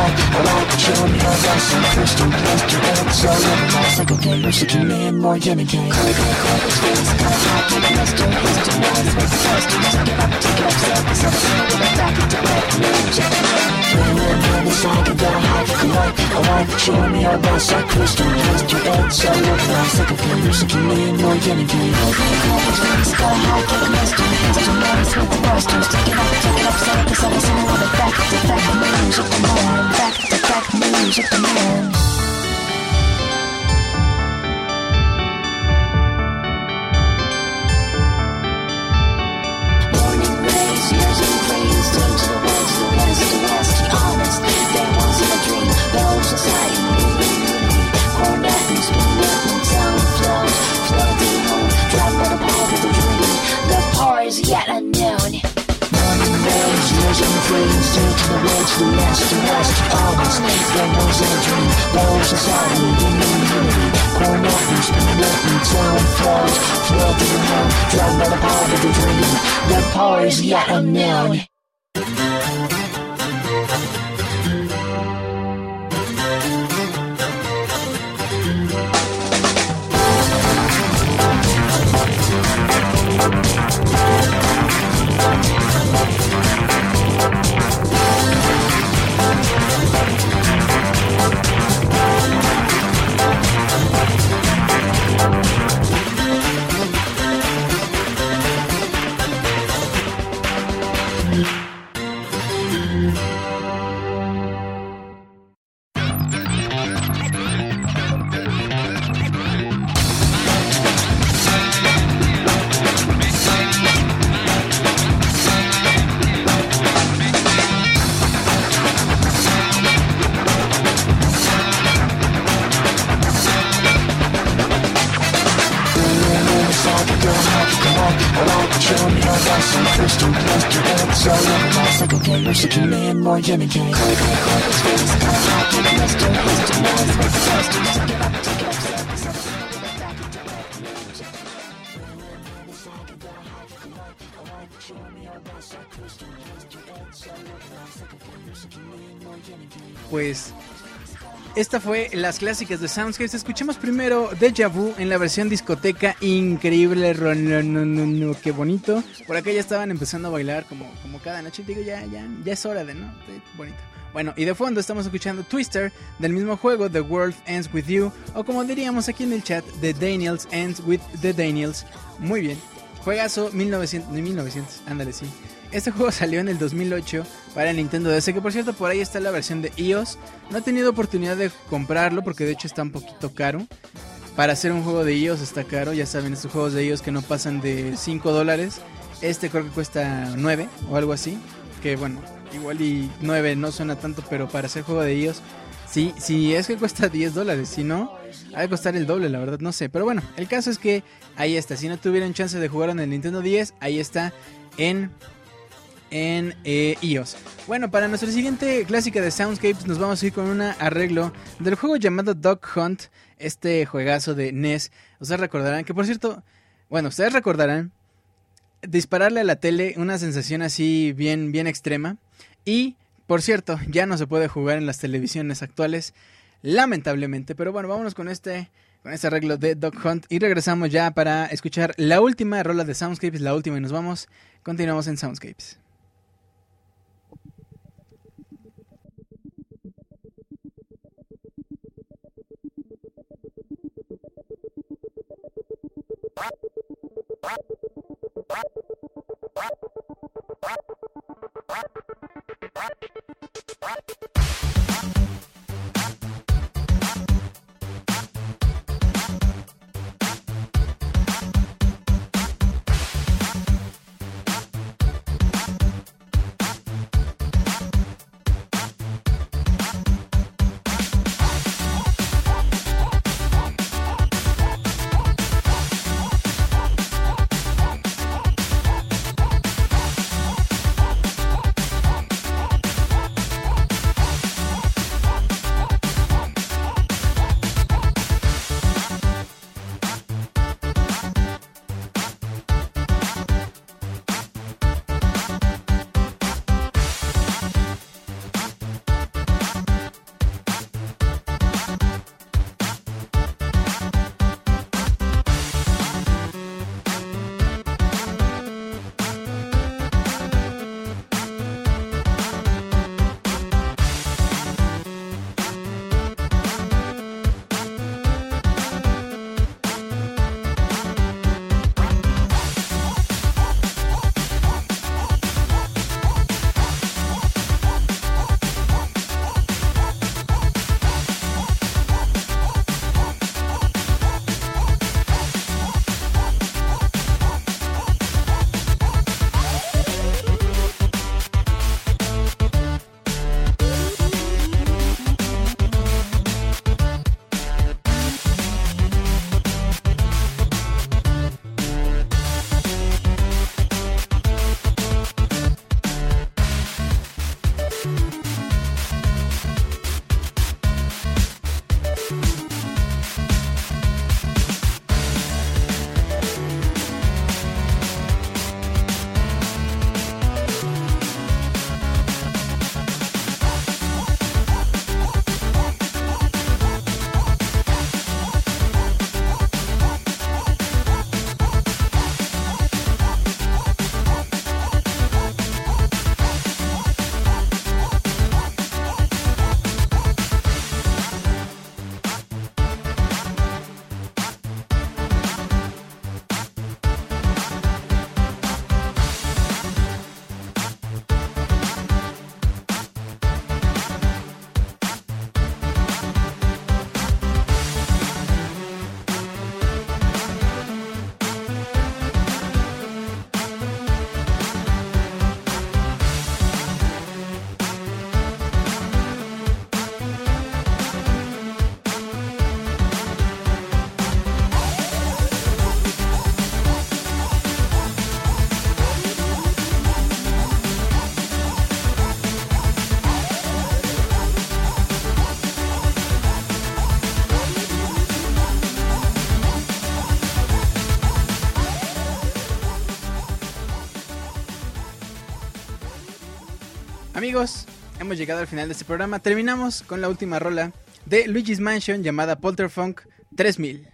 like, I like the chill, me on that some crystal cluster, and so living life like a game, you're seeking me and more than a game. Color, color, color, space, color, hot, take a mister, history, noise, make the toaster, take it up, take it up, set the sun, sun, with a back into red, music, when we're in this, I can go high, I like, I like the chill, me on that some crystal cluster, and so living life like a game, you're seeking me and more than a game. Color, color, color, space, color, hot, take a mister, history, noise, make the toasters, take it up, take it up, set the sun, sun, with a back to back, music, the man, back to back, music, the man. Morning rays, years and praise, turn to the west, the west, the west, the honest. There was a dream, bells inside me, cornet and spirit and sound flows, floating home, drowned by the power of the dream. The power is yet unknown. Morning rays, years and praise, turn to the west, the west, the west, the honest. There was a dream, bells inside me, unity, cornet and spirit and sound flows, floating home, drowned by the power of the dream. The power is yet unknown. Pues esta fue las clásicas de Soundscapes. Escuchemos primero Deja Vu en la versión discoteca, increíble, no, no, no, no, qué bonito. Por acá ya estaban empezando a bailar como, como cada noche. Digo, ya, ya, ya es hora de, ¿no? De, bonito. Bueno, y de fondo estamos escuchando Twister del mismo juego, The World Ends With You, o como diríamos aquí en el chat, The Daniels Ends With The Daniels. Muy bien. Juegazo mil novecientos, mil novecientos, ándale, sí. Este juego salió en el dos mil ocho para el Nintendo D S, que por cierto por ahí está la versión de iOS. No he tenido oportunidad de comprarlo porque de hecho está un poquito caro. Para hacer un juego de iOS está caro, ya saben, estos juegos de iOS que no pasan de cinco dólares. Este creo que cuesta nueve o algo así. Que bueno, igual y nueve no suena tanto, pero para hacer juego de iOS, sí, sí es que cuesta diez dólares. Si no, ha de costar el doble, la verdad, no sé. Pero bueno, el caso es que ahí está. Si no tuvieran chance de jugar en el Nintendo diez, ahí está en... en eh, iOS. Bueno, para nuestra siguiente clásica de Soundscapes nos vamos a ir con un arreglo del juego llamado Duck Hunt, este juegazo de N E S. Ustedes recordarán que, por cierto, bueno, ustedes recordarán dispararle a la tele, una sensación así bien, bien extrema. Y, por cierto, ya no se puede jugar en las televisiones actuales, lamentablemente. Pero bueno, vámonos con este... con este arreglo de Duck Hunt y regresamos ya para escuchar la última rola de Soundscapes, la última, y nos vamos, continuamos en Soundscapes. Amigos, hemos llegado al final de este programa. Terminamos con la última rola de Luigi's Mansion llamada Polterfunk tres mil.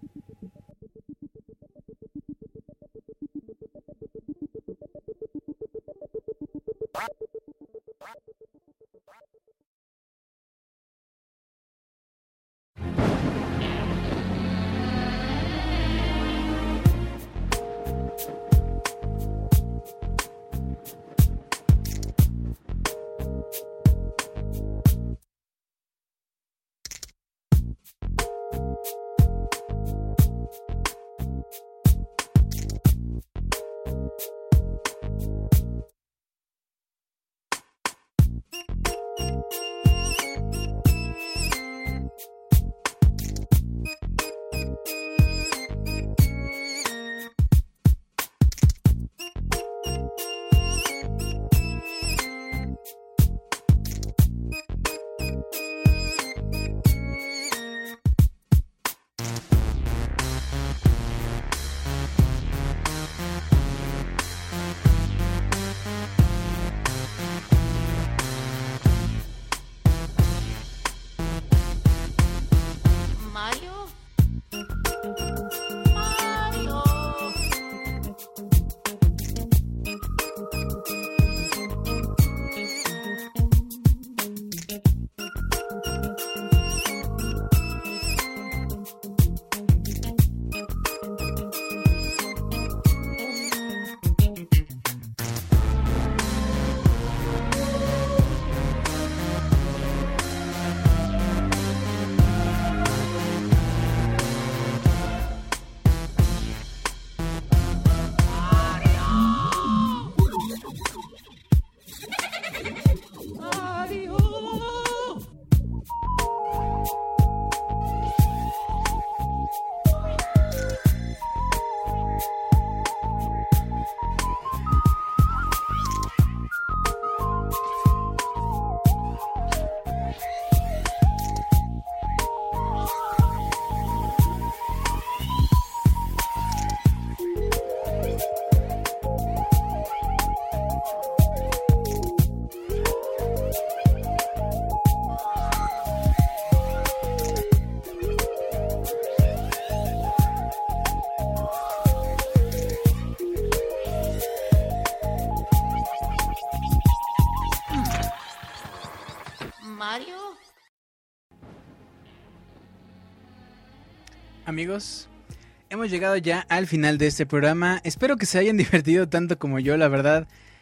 Amigos, hemos llegado ya al final de este programa. Espero que se hayan divertido tanto como yo, la verdad.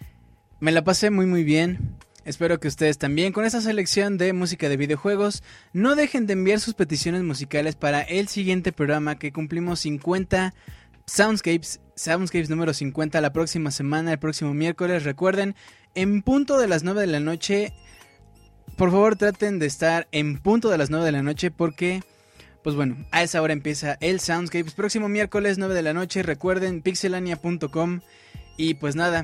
Me la pasé muy muy bien. Espero que ustedes también. Con esta selección de música de videojuegos, no dejen de enviar sus peticiones musicales para el siguiente programa, que cumplimos cincuenta Soundscapes, Soundscapes número cincuenta la próxima semana, el próximo miércoles. Recuerden, en punto de las nueve de la noche, por favor traten de estar en punto de las nueve de la noche porque... Pues bueno, a esa hora empieza el Soundscapes. Próximo miércoles, nueve de la noche. Recuerden, pixelania punto com. Y pues nada,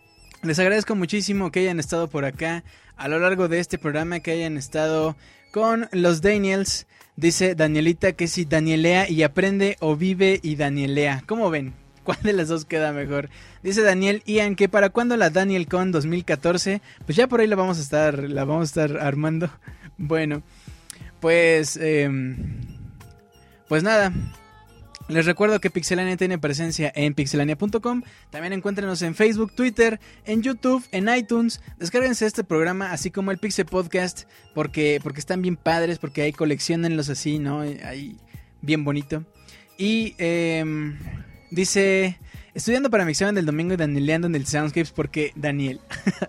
les agradezco muchísimo que hayan estado por acá a lo largo de este programa, que hayan estado con los Daniels. Dice Danielita que si Danielea y aprende o vive y Danielea. ¿Cómo ven? ¿Cuál de las dos queda mejor? Dice Daniel Ian que para cuándo la DanielCon dos mil catorce. Pues ya por ahí la vamos a estar, la vamos a estar armando. Bueno, pues... Eh, Pues nada, les recuerdo que Pixelania tiene presencia en pixelania punto com. También encuéntrenos en Facebook, Twitter, en YouTube, en iTunes. Descárguense este programa, así como el Pixel Podcast, porque, porque están bien padres, porque ahí coleccionenlos así, ¿no? Ahí bien bonito. Y eh, dice, estudiando para mi examen del domingo y danieleando en el Soundscapes porque Daniel.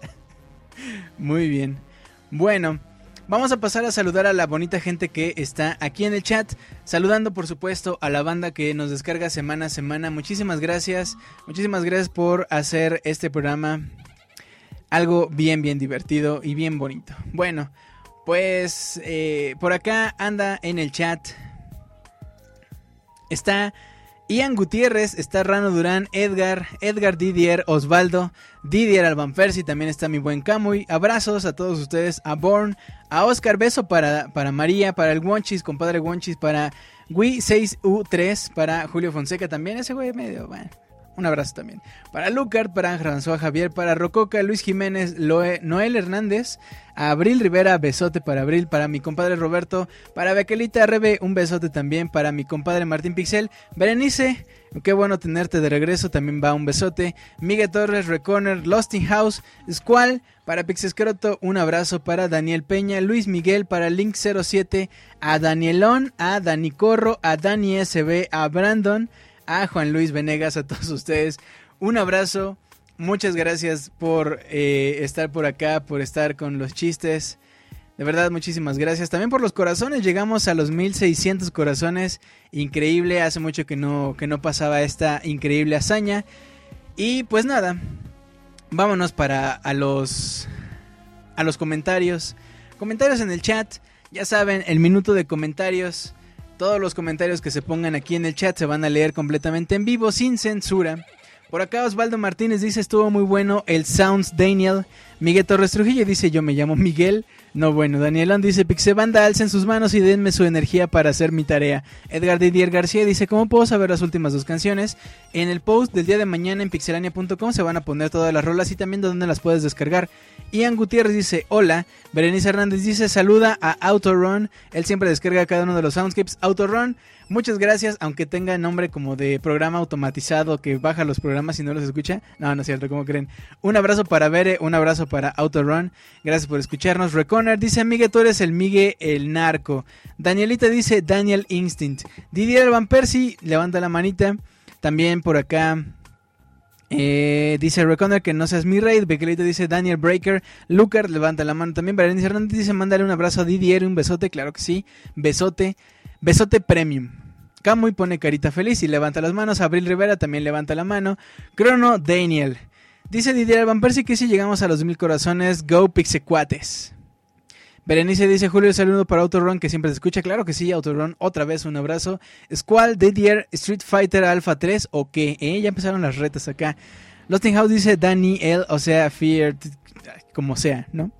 Muy bien. Bueno. Vamos a pasar a saludar a la bonita gente que está aquí en el chat. Saludando, por supuesto, a la banda que nos descarga semana a semana. Muchísimas gracias. Muchísimas gracias por hacer este programa algo bien, bien divertido y bien bonito. Bueno, pues eh, por acá anda en el chat. Está Ian Gutiérrez, está Rano Durán, Edgar, Edgar Didier, Osvaldo, Didier Albanfersi, también está mi buen Camuy. Abrazos a todos ustedes, a Born, a Oscar, beso para, para María, para el Wonchis, compadre Wonchis, para Wii seis U tres, para Julio Fonseca también, ese güey medio, bueno, Un abrazo también. Para Lucar, para François Javier, para Rococa, Luis Jiménez, Loe, Noel Hernández, a Abril Rivera, besote para Abril, para mi compadre Roberto, para Bequelita Rebe, un besote también, para mi compadre Martín Pixel, Berenice, qué bueno tenerte de regreso, también va un besote, Miguel Torres, Recorner, Lost in House, Squall, para Pixescroto, un abrazo para Daniel Peña, Luis Miguel, para Link cero siete, a Danielón, a Dani Corro, a Dani S B, a Brandon, a Juan Luis Venegas, a todos ustedes, un abrazo, muchas gracias por eh, estar por acá, por estar con los chistes, de verdad muchísimas gracias, también por los corazones, llegamos a los mil seiscientos corazones, increíble, hace mucho que no, que no pasaba esta increíble hazaña, y pues nada, vámonos para a los, a los comentarios, comentarios en el chat, ya saben, el minuto de comentarios. Todos los comentarios que se pongan aquí en el chat se van a leer completamente en vivo, sin censura. Por acá Osvaldo Martínez dice, estuvo muy bueno el Sounds Daniel. Miguel Torres Trujillo dice, yo me llamo Miguel. No, bueno, Danielón dice, Pixebanda, alcen sus manos y denme su energía para hacer mi tarea. Edgar Didier García dice, ¿cómo puedo saber las últimas dos canciones? En el post del día de mañana en pixelania punto com se van a poner todas las rolas y también de dónde las puedes descargar. Ian Gutiérrez dice, hola. Berenice Hernández dice, saluda a Autorun. Él siempre descarga cada uno de los soundscapes. Autorun, muchas gracias, aunque tenga nombre como de programa automatizado que baja los programas y no los escucha. No, no es cierto, ¿cómo creen? Un abrazo para Bere, un abrazo para Autorun. Gracias por escucharnos. Reconner dice, Miguel, tú eres el Migue, el narco. Danielita dice, Daniel Instinct. Didier Van Persie, levanta la manita. También por acá... Eh, dice Reconner que no seas mi rey. Bequelita dice Daniel Breaker. Lucar levanta la mano también. Berenice Hernández dice mándale un abrazo a Didier, un besote, claro que sí. Besote, besote premium. Camuy pone carita feliz y levanta las manos. Abril Rivera también levanta la mano. Crono Daniel dice Didier Van Persie que si llegamos a los mil corazones, go Pixecuates. Berenice dice Julio, saludo para Autorun que siempre se escucha. Claro que sí, Autorun, otra vez un abrazo. Squall, Didier, Street Fighter Alpha tres o qué, ¿eh? Ya empezaron las retas acá. Lost in House dice Danny L, o sea, Fear, como sea, ¿no?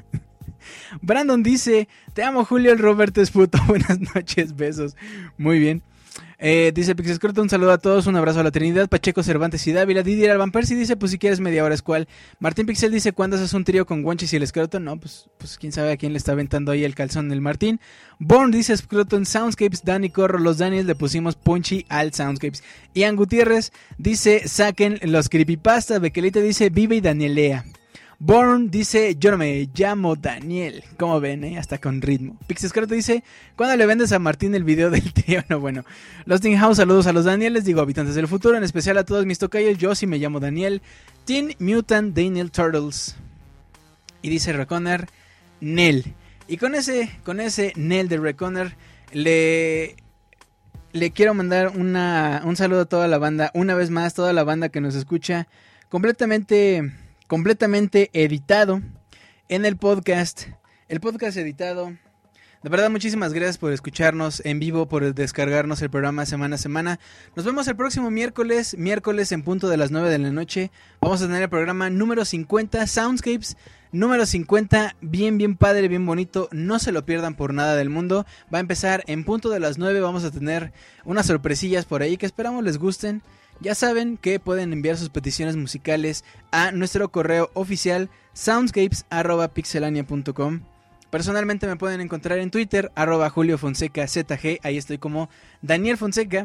Brandon dice, te amo Julio, el Roberto es puto. Buenas noches, besos. Muy bien. Eh, dice Pixescroto, un saludo a todos, un abrazo a la Trinidad. Pacheco, Cervantes y Dávila. Didier Alban Percy dice, pues si quieres media hora es cual. Martín Pixel dice, ¿cuándo haces un trío con Wonchis y el Escroto? No, pues, pues quién sabe a quién le está aventando ahí el calzón del Martín. Born dice, Escroto en Soundscapes. Dani Corro, los Daniels le pusimos Punchy al Soundscapes. Ian Gutiérrez dice, saquen los creepypastas. Bequelita dice, vive y Danielea. Born dice, yo no me llamo Daniel. ¿Cómo ven, eh? Hasta con ritmo. Pixescroto dice, ¿cuándo le vendes a Martín el video del trío? No, bueno. Lost in House, saludos a los Danieles, digo habitantes del futuro, en especial a todos mis tocayos. Yo sí me llamo Daniel. Teen Mutant Daniel Turtles. Y dice Reconner, Nel. Y con ese, con ese Nel de Reconner, le... Le quiero mandar una, un saludo a toda la banda. Una vez más, toda la banda que nos escucha. Completamente... completamente editado en el podcast, el podcast editado. De verdad, muchísimas gracias por escucharnos en vivo, por descargarnos el programa semana a semana. Nos vemos el próximo miércoles, miércoles en punto de las nueve de la noche. Vamos a tener el programa número cincuenta, Soundscapes, número cincuenta, bien, bien padre, bien bonito. No se lo pierdan por nada del mundo. Va a empezar en punto de las nueve, vamos a tener unas sorpresillas por ahí que esperamos les gusten. Ya saben que pueden enviar sus peticiones musicales a nuestro correo oficial soundscapes arroba pixelania punto com. Personalmente me pueden encontrar en Twitter, arroba Julio Fonseca Z G, ahí estoy como Daniel Fonseca.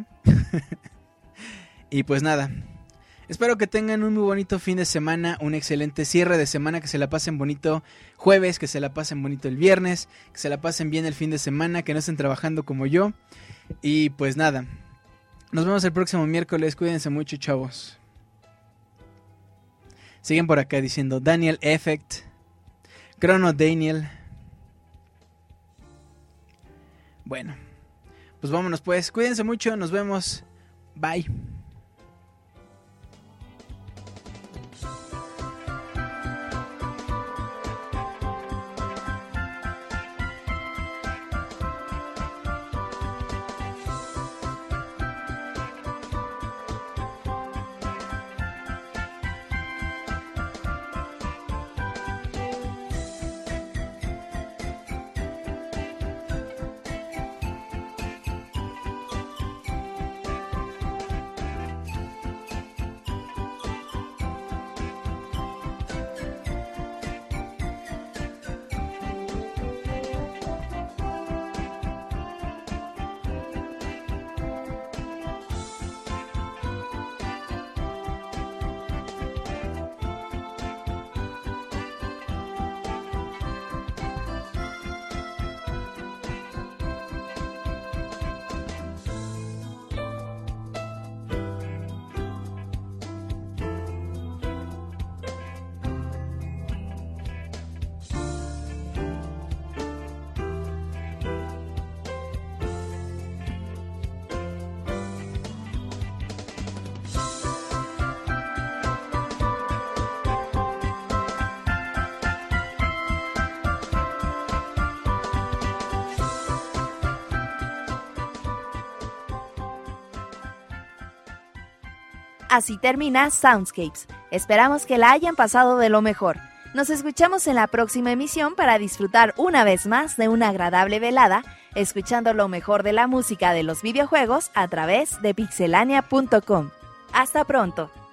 Y pues nada, espero que tengan un muy bonito fin de semana, un excelente cierre de semana, que se la pasen bonito jueves, que se la pasen bonito el viernes, que se la pasen bien el fin de semana, que no estén trabajando como yo. Y pues nada, nos vemos el próximo miércoles. Cuídense mucho, chavos. Siguen por acá diciendo Daniel Effect, Chrono Daniel. Bueno, pues vámonos pues. Cuídense mucho, nos vemos. Bye. Así termina Soundscapes. Esperamos que la hayan pasado de lo mejor. Nos escuchamos en la próxima emisión para disfrutar una vez más de una agradable velada, escuchando lo mejor de la música de los videojuegos a través de pixelania punto com. Hasta pronto.